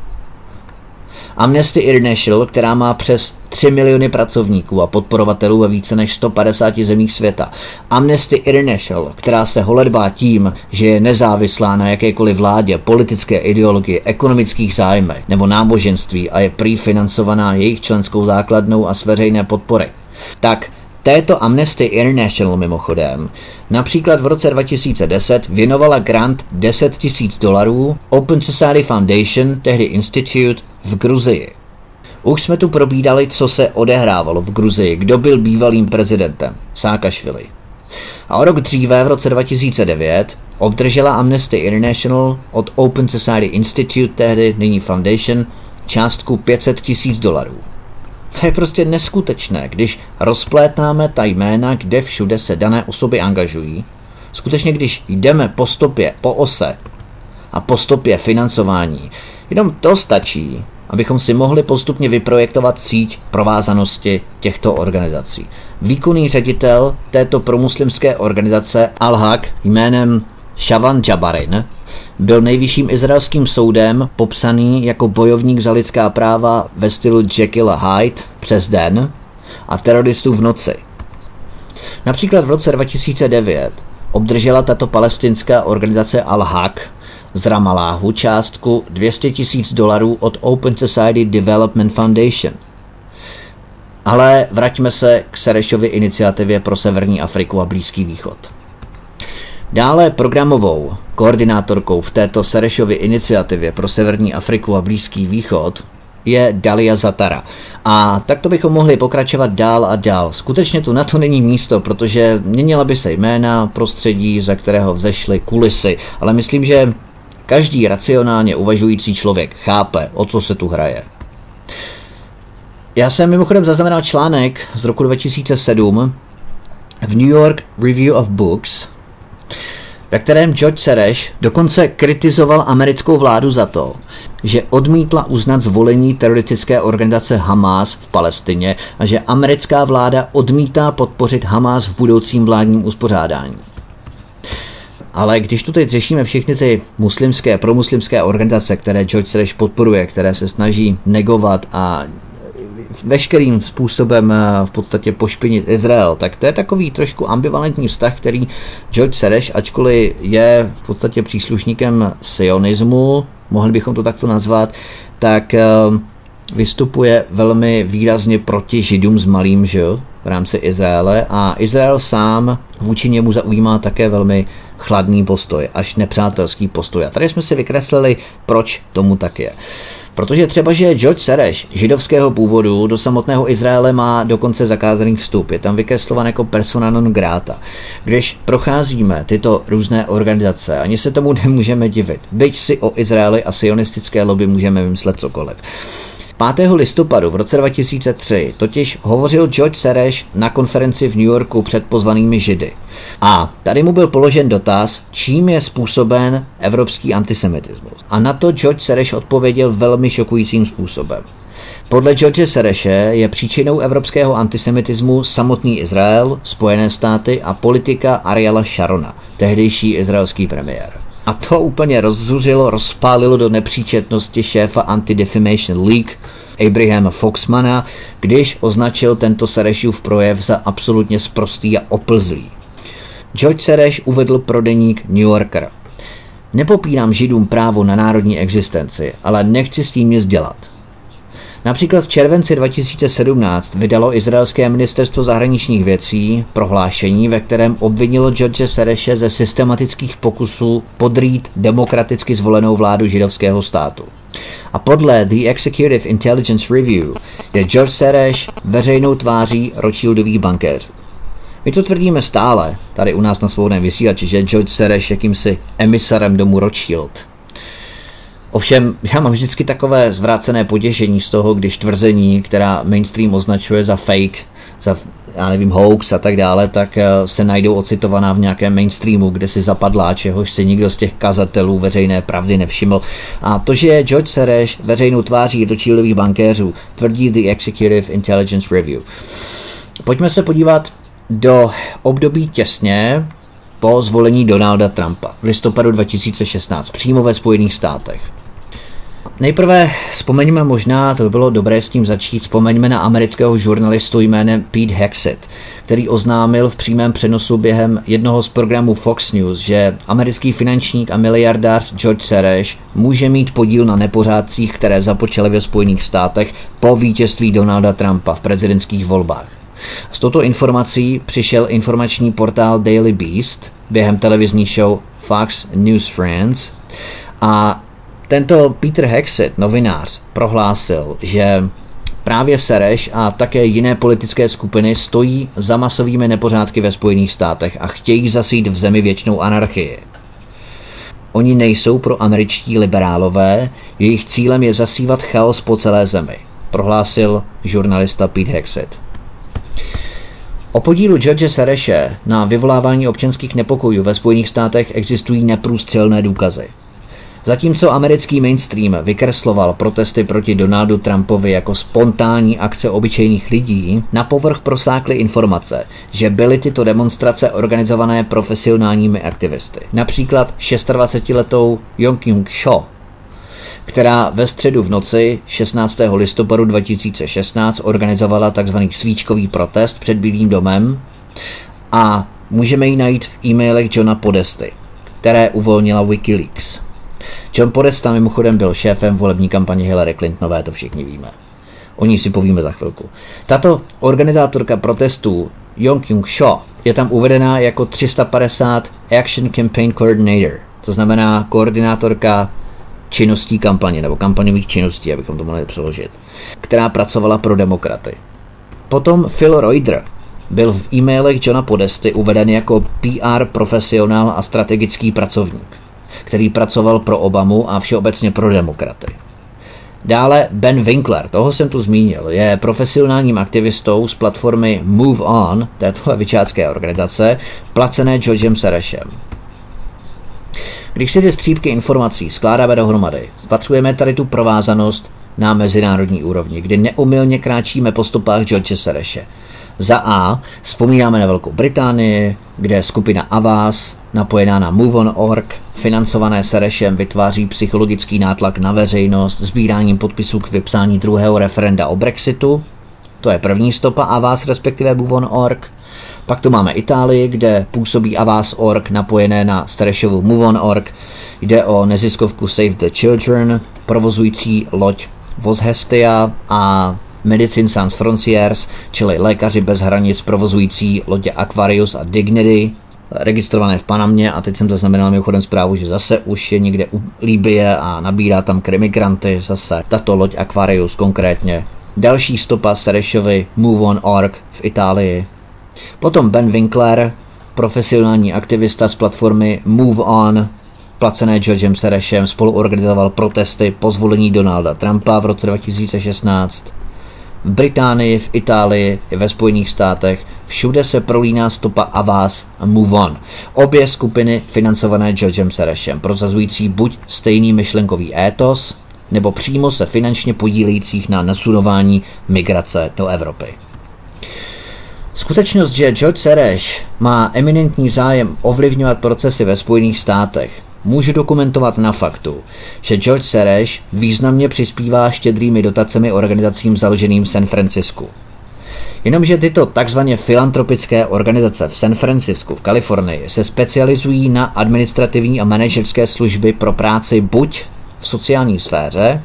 Amnesty International, která má přes 3 miliony pracovníků a podporovatelů ve více než 150 zemích světa. Amnesty International, která se holedbá tím, že je nezávislá na jakékoliv vládě, politické ideologii, ekonomických zájmech nebo náboženství a je prý financovaná jejich členskou základnou a z veřejné podpory. Tak této Amnesty International mimochodem například v roce 2010 věnovala grant $10 000 Open Society Foundation, tehdy Institute, v Gruzii. Už jsme tu probídali, co se odehrávalo v Gruzii, kdo byl bývalým prezidentem, Saakašvili. A o rok dříve, v roce 2009, obdržela Amnesty International od Open Society Institute, tehdy nyní Foundation, částku $500 000. To je prostě neskutečné, když rozplétáme ta jména, kde všude se dané osoby angažují. Skutečně, když jdeme po stopě, po ose a po stopě financování, jenom to stačí, abychom si mohli postupně vyprojektovat síť provázanosti těchto organizací. Výkonný ředitel této promuslimské organizace Al-Haq jménem Shavan Jabarin Byl nejvyšším izraelským soudem popsaný jako bojovník za lidská práva ve stylu Jekyll a Hyde přes den a teroristů v noci. Například v roce 2009 obdržela tato palestinská organizace Al-Haq z Ramalláhu částku $200,000 od Open Society Development Foundation. Ale vraťme se k Serešově iniciativě pro Severní Afriku a Blízký východ. Dále programovou koordinátorkou v této Serešově iniciativě pro Severní Afriku a Blízký východ je Dalia Zatara. A takto bychom mohli pokračovat dál a dál. Skutečně tu na to není místo, protože měnila by se jména, prostředí, za kterého vzešly kulisy, ale myslím, že každý racionálně uvažující člověk chápe, o co se tu hraje. Já jsem mimochodem zaznamenal článek z roku 2007 v New York Review of Books, ve kterém George Soros dokonce kritizoval americkou vládu za to, že odmítla uznat zvolení teroristické organizace Hamas v Palestině a že americká vláda odmítá podpořit Hamas v budoucím vládním uspořádání. Ale když tu teď řešíme všechny ty promuslimské organizace, které George Soros podporuje, které se snaží negovat a veškerým způsobem v podstatě pošpinit Izrael, tak to je takový trošku ambivalentní vztah, který George Soros, ačkoliv je v podstatě příslušníkem sionismu, mohli bychom to takto nazvat, tak vystupuje velmi výrazně proti Židům s malým Ž v rámci Izraele a Izrael sám vůči němu zaujímá také velmi chladný postoj, až nepřátelský postoj. A tady jsme si vykreslili, proč tomu tak je. Protože třeba, že George Soros židovského původu do samotného Izraele má dokonce zakázaný vstup, je tam vykreslovan jako persona non grata. Když procházíme tyto různé organizace, ani se tomu nemůžeme divit, byť si o Izraeli a sionistické lobby můžeme vymyslet cokoliv. 5. listopadu v roce 2003 totiž hovořil George Soros na konferenci v New Yorku před pozvanými Židy. A tady mu byl položen dotaz, čím je způsoben evropský antisemitismus. A na to George Soros odpověděl velmi šokujícím způsobem. Podle George Sorose je příčinou evropského antisemitismu samotný Izrael, Spojené státy a politika Ariela Sharona, tehdejší izraelský premiér. A to úplně rozpálilo do nepříčetnosti šéfa Anti-Defamation League Abrahama Foxmana, když označil tento Sorosův projev za absolutně sprostý a oplzlý. George Soros uvedl pro deník New Yorker: Nepopírám Židům právo na národní existenci, ale nechci s tím nic dělat. Například v červenci 2017 vydalo izraelské ministerstvo zahraničních věcí prohlášení, ve kterém obvinilo George Sorose ze systematických pokusů podrýt demokraticky zvolenou vládu židovského státu. A podle The Executive Intelligence Review je George Soros veřejnou tváří Rothschildových bankéřů. My to tvrdíme stále, tady u nás na Svobodném vysílači, že George Soros jakýmsi emisarem domu Rothschild. Ovšem, já mám vždycky takové zvrácené potěšení z toho, když tvrzení, která mainstream označuje za fake, za, hoax a tak dále, tak se najdou ocitovaná v nějakém mainstreamu, kde si zapadlá, čehož si nikdo z těch kazatelů veřejné pravdy nevšiml. A to, že je George Soros veřejnou tváří Rothschildových bankéřů, tvrdí The Executive Intelligence Review. Pojďme se podívat do období těsně po zvolení Donalda Trumpa v listopadu 2016 přímo ve Spojených státech. Nejprve vzpomeňme možná, to by bylo dobré s tím začít, vzpomeňme na amerického žurnalistu jménem Pete Hegseth, který oznámil v přímém přenosu během jednoho z programů Fox News, že americký finančník a miliardář George Soros může mít podíl na nepořádcích, které započaly ve Spojených státech po vítězství Donalda Trumpa v prezidentských volbách. S touto informací přišel informační portál Daily Beast během televizní show Fox News France a tento Peter Hegseth, novinář, prohlásil, že právě Soros a také jiné politické skupiny stojí za masovými nepořádky ve Spojených státech a chtějí zasít v zemi věčnou anarchii. Oni nejsou pro američtí liberálové, jejich cílem je zasívat chaos po celé zemi, prohlásil žurnalista Pete Hegseth. O podílu George Sorose na vyvolávání občanských nepokojů ve Spojených státech existují neprůstřelné důkazy. Zatímco americký mainstream vykresloval protesty proti Donaldu Trumpovi jako spontánní akce obyčejných lidí, na povrch prosákly informace, že byly tyto demonstrace organizované profesionálními aktivisty. Například 26letou Yong Kyung Cho, která ve středu v noci 16. listopadu 2016 organizovala tzv. Svíčkový protest před Bílým domem, a můžeme ji najít v e-mailech Johna Podesty, které uvolnila Wikileaks. John Podesta mimochodem byl šéfem volební kampaně Hillary Clintonové, to všichni víme. O ní si povíme za chvilku. Tato organizátorka protestů Yong Kyung Cho je tam uvedená jako 350 Action Campaign Coordinator, to znamená koordinátorka činností kampaně, nebo kampaňových činností, abychom to mohli přeložit, která pracovala pro demokraty. Potom Phil Reuter byl v e-mailech Johna Podesty uveden jako PR profesionál a strategický pracovník, který pracoval pro Obamu a všeobecně pro demokraty. Dále Ben Winkler, toho jsem tu zmínil, je profesionálním aktivistou z platformy Move On, této levičácké organizace, placené Georgem Sorosem. Když si ty střípky informací skládáme dohromady, spatřujeme tady tu provázanost na mezinárodní úrovni, kdy neomylně kráčíme po stopách George Sorose. Za A vzpomínáme na Velkou Británii, kde skupina Avaz, napojená na MoveOn.org, financované Sorosem, vytváří psychologický nátlak na veřejnost sbíráním podpisů k vypsání druhého referenda o Brexitu. To je první stopa Avaz, respektive MoveOn.org. Pak tu máme Itálii, kde působí Avaz.org napojené na Sorosovu MoveOn.org. Jde o neziskovku Save the Children, provozující loď Voz Hestia, a Medicine Sans Frontiers, čili Lékaři bez hranic, provozující lodě Aquarius a Dignity, registrované v Panamě, a teď jsem zaznamenal mimochodem zprávu, že zase už je někde u Libye a nabírá tam migranty, zase tato loď Aquarius konkrétně. Další stopa Sorosovy MoveOn.org v Itálii. Potom Ben Winkler, profesionální aktivista z platformy Move On, placené Georgem Sorosem, spoluorganizoval protesty po zvolení Donalda Trumpa v roce 2016. V Británii, v Itálii i ve Spojených státech všude se prolíná stopa Avaz a Move On. Obě skupiny financované Georgem Sorosem, prosazující buď stejný myšlenkový étos, nebo přímo se finančně podílejících na nasunování migrace do Evropy. Skutečnost, že George Soros má eminentní zájem ovlivňovat procesy ve Spojených státech, můžu dokumentovat na faktu, že George Soros významně přispívá štědrými dotacemi organizacím založeným v San Francisku. Jenomže tyto takzvaně filantropické organizace v San Francisku v Kalifornii se specializují na administrativní a manažerské služby pro práci buď v sociální sféře,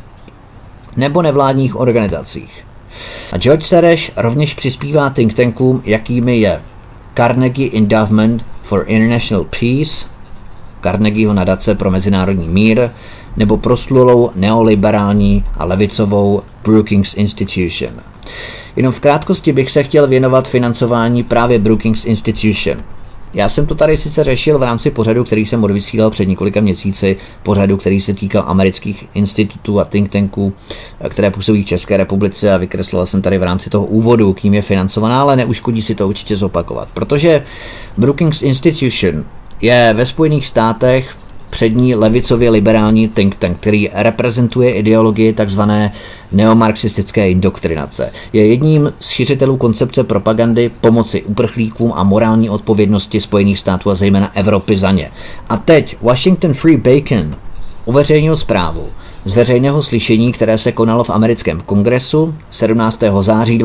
nebo nevládních organizacích. A George Soros rovněž přispívá think tankům, jakými je Carnegie Endowment for International Peace, Carnegieho nadace pro mezinárodní mír, nebo proslulou neoliberální a levicovou Brookings Institution. Jenom v krátkosti bych se chtěl věnovat financování právě Brookings Institution. Já jsem to tady sice řešil v rámci pořadu, který jsem odvysílal před několika měsíci, pořadu, který se týkal amerických institutů a think tanků, které působí v České republice, a vykresloval jsem tady v rámci toho úvodu, kým je financovaná, ale neuškodí si to určitě zopakovat, protože Brookings Institution je ve Spojených státech přední levicově liberální think tank, který reprezentuje ideologii takzvané neomarxistické indoktrinace. Je jedním z šiřitelů koncepce propagandy pomoci uprchlíkům a morální odpovědnosti Spojených států a zejména Evropy za ně. A teď Washington Free Bacon uveřejnil zprávu z veřejného slyšení, které se konalo v americkém kongresu 17. září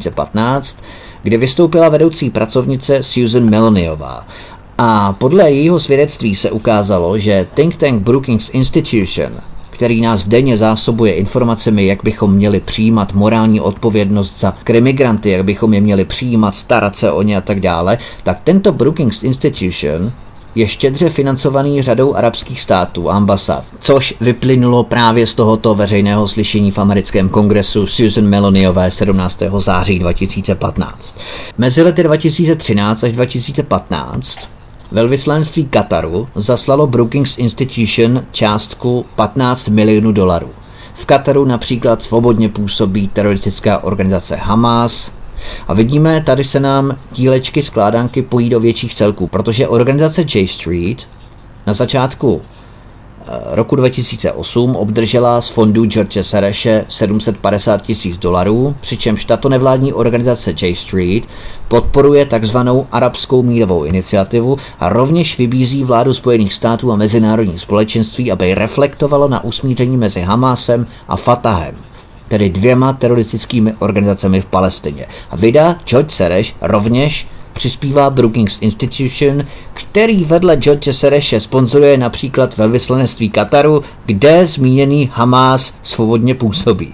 2015, kde vystoupila vedoucí pracovnice Susan Meloniová. A podle jejího svědectví se ukázalo, že think tank Brookings Institution, který nás denně zásobuje informacemi, jak bychom měli přijímat morální odpovědnost za migranty, jak bychom je měli přijímat, starat se o ně a tak dále, tak tento Brookings Institution je štědře financovaný řadou arabských států a ambasád, což vyplynulo právě z tohoto veřejného slyšení v americkém kongresu Susan Meloniové 17. září 2015. Mezi lety 2013 až 2015 velvyslanectví Kataru zaslalo Brookings Institution částku $15 milionů. V Kataru například svobodně působí teroristická organizace Hamas. A vidíme, tady se nám dílečky skládanky pojí do větších celků, protože organizace J Street na začátku roku 2008 obdržela z fondu George Soreše $750 000, přičemž tato nevládní organizace J Street podporuje takzvanou arabskou mírovou iniciativu a rovněž vybízí vládu Spojených států a mezinárodní společenství, aby reflektovalo na usmíření mezi Hamásem a Fatahem, tedy dvěma teroristickými organizacemi v Palestině. A vydá George Soros rovněž přispívá Brookings Institution, který vedle George Soreše sponzoruje například velvyslanectví Kataru, kde zmíněný Hamás svobodně působí.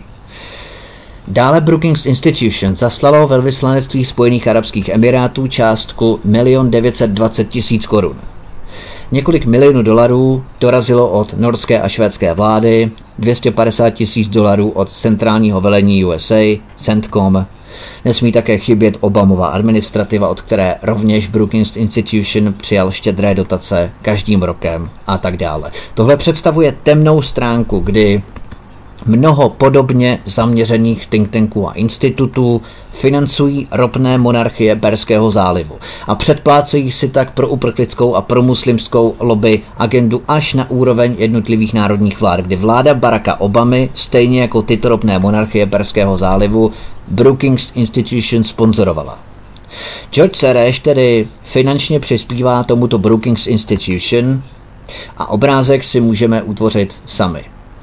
Dále Brookings Institution zaslalo velvyslanectví Spojených arabských emirátů částku $1 920 000 korun. Několik milionů dolarů dorazilo od norské a švédské vlády, $250 000 od centrálního velení USA, CENTCOM. Nesmí také chybět Obamova administrativa, od které rovněž Brookings Institution přijal štědré dotace každým rokem a tak dále. Tohle představuje temnou stránku, kdy mnoho podobně zaměřených think tanků a institutů financují ropné monarchie Perského zálivu a předplácejí si tak pro uprchlickou a pro muslimskou lobby agendu až na úroveň jednotlivých národních vlád, kdy vláda Baracka Obamy, stejně jako tyto ropné monarchie Perského zálivu, Brookings Institution sponzorovala. George Soros tedy finančně přispívá tomuto Brookings Institution a obrázek si můžeme utvořit sami.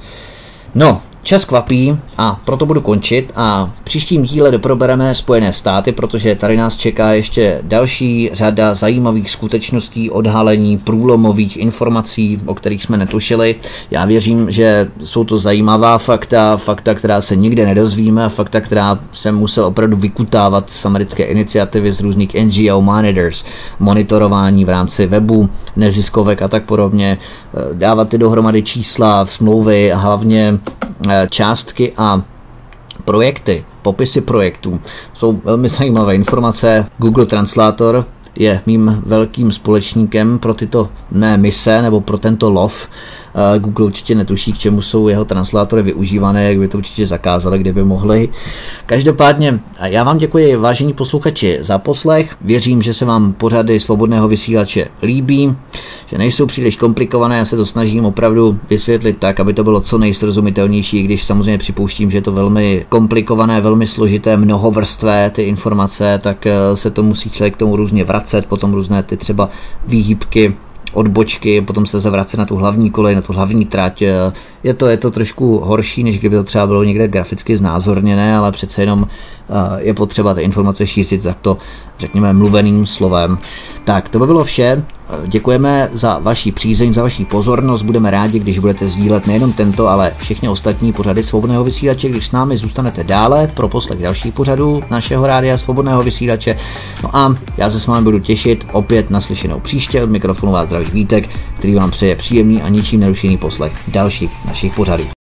No, čas kvapí a proto budu končit a v příštím díle doprobereme Spojené státy, protože tady nás čeká ještě další řada zajímavých skutečností, odhalení, průlomových informací, o kterých jsme netušili. Já věřím, že jsou to zajímavá fakta, která se nikde nedozvíme a fakta, která jsem musel opravdu vykutávat z americké iniciativy z různých NGO monitors, monitorování v rámci webu, neziskovek a tak podobně, dávat ty dohromady čísla, smlouvy a hlavně částky a projekty, popisy projektů. Jsou velmi zajímavé informace. Google Translator je mým velkým společníkem pro tyto mise nebo pro tento lov. Google určitě netuší, k čemu jsou jeho translátory využívané, jak by to určitě zakázali, kdyby mohli. Každopádně já vám děkuji, vážení posluchači, za poslech. Věřím, že se vám pořady Svobodného vysílače líbí, že nejsou příliš komplikované. Já se to snažím opravdu vysvětlit tak, aby to bylo co nejsrozumitelnější, když samozřejmě připouštím, že je to velmi komplikované, velmi složité, mnohovrstvé ty informace, tak se to musí člověk k tomu různě vracet, potom různé ty třeba výhybky, odbočky, potom se zavracet na tu hlavní kolej, na tu hlavní trať. Je to trošku horší, než kdyby to třeba bylo někde graficky znázorněné, ale přece jenom je potřeba ty informace šířit takto, řekněme, mluveným slovem. Tak, to by bylo vše. Děkujeme za vaši přízeň, za vaši pozornost. Budeme rádi, když budete sdílet nejenom tento, ale všechny ostatní pořady Svobodného vysílače, když s námi zůstanete dále pro poslech dalších pořadů našeho rádia Svobodného vysílače. No a já se s vámi budu těšit opět na slyšenou příště. Od mikrofonu vás zdraví Vítek, který vám přeje příjemný a ničím nerušený poslech dalších našich pořadů.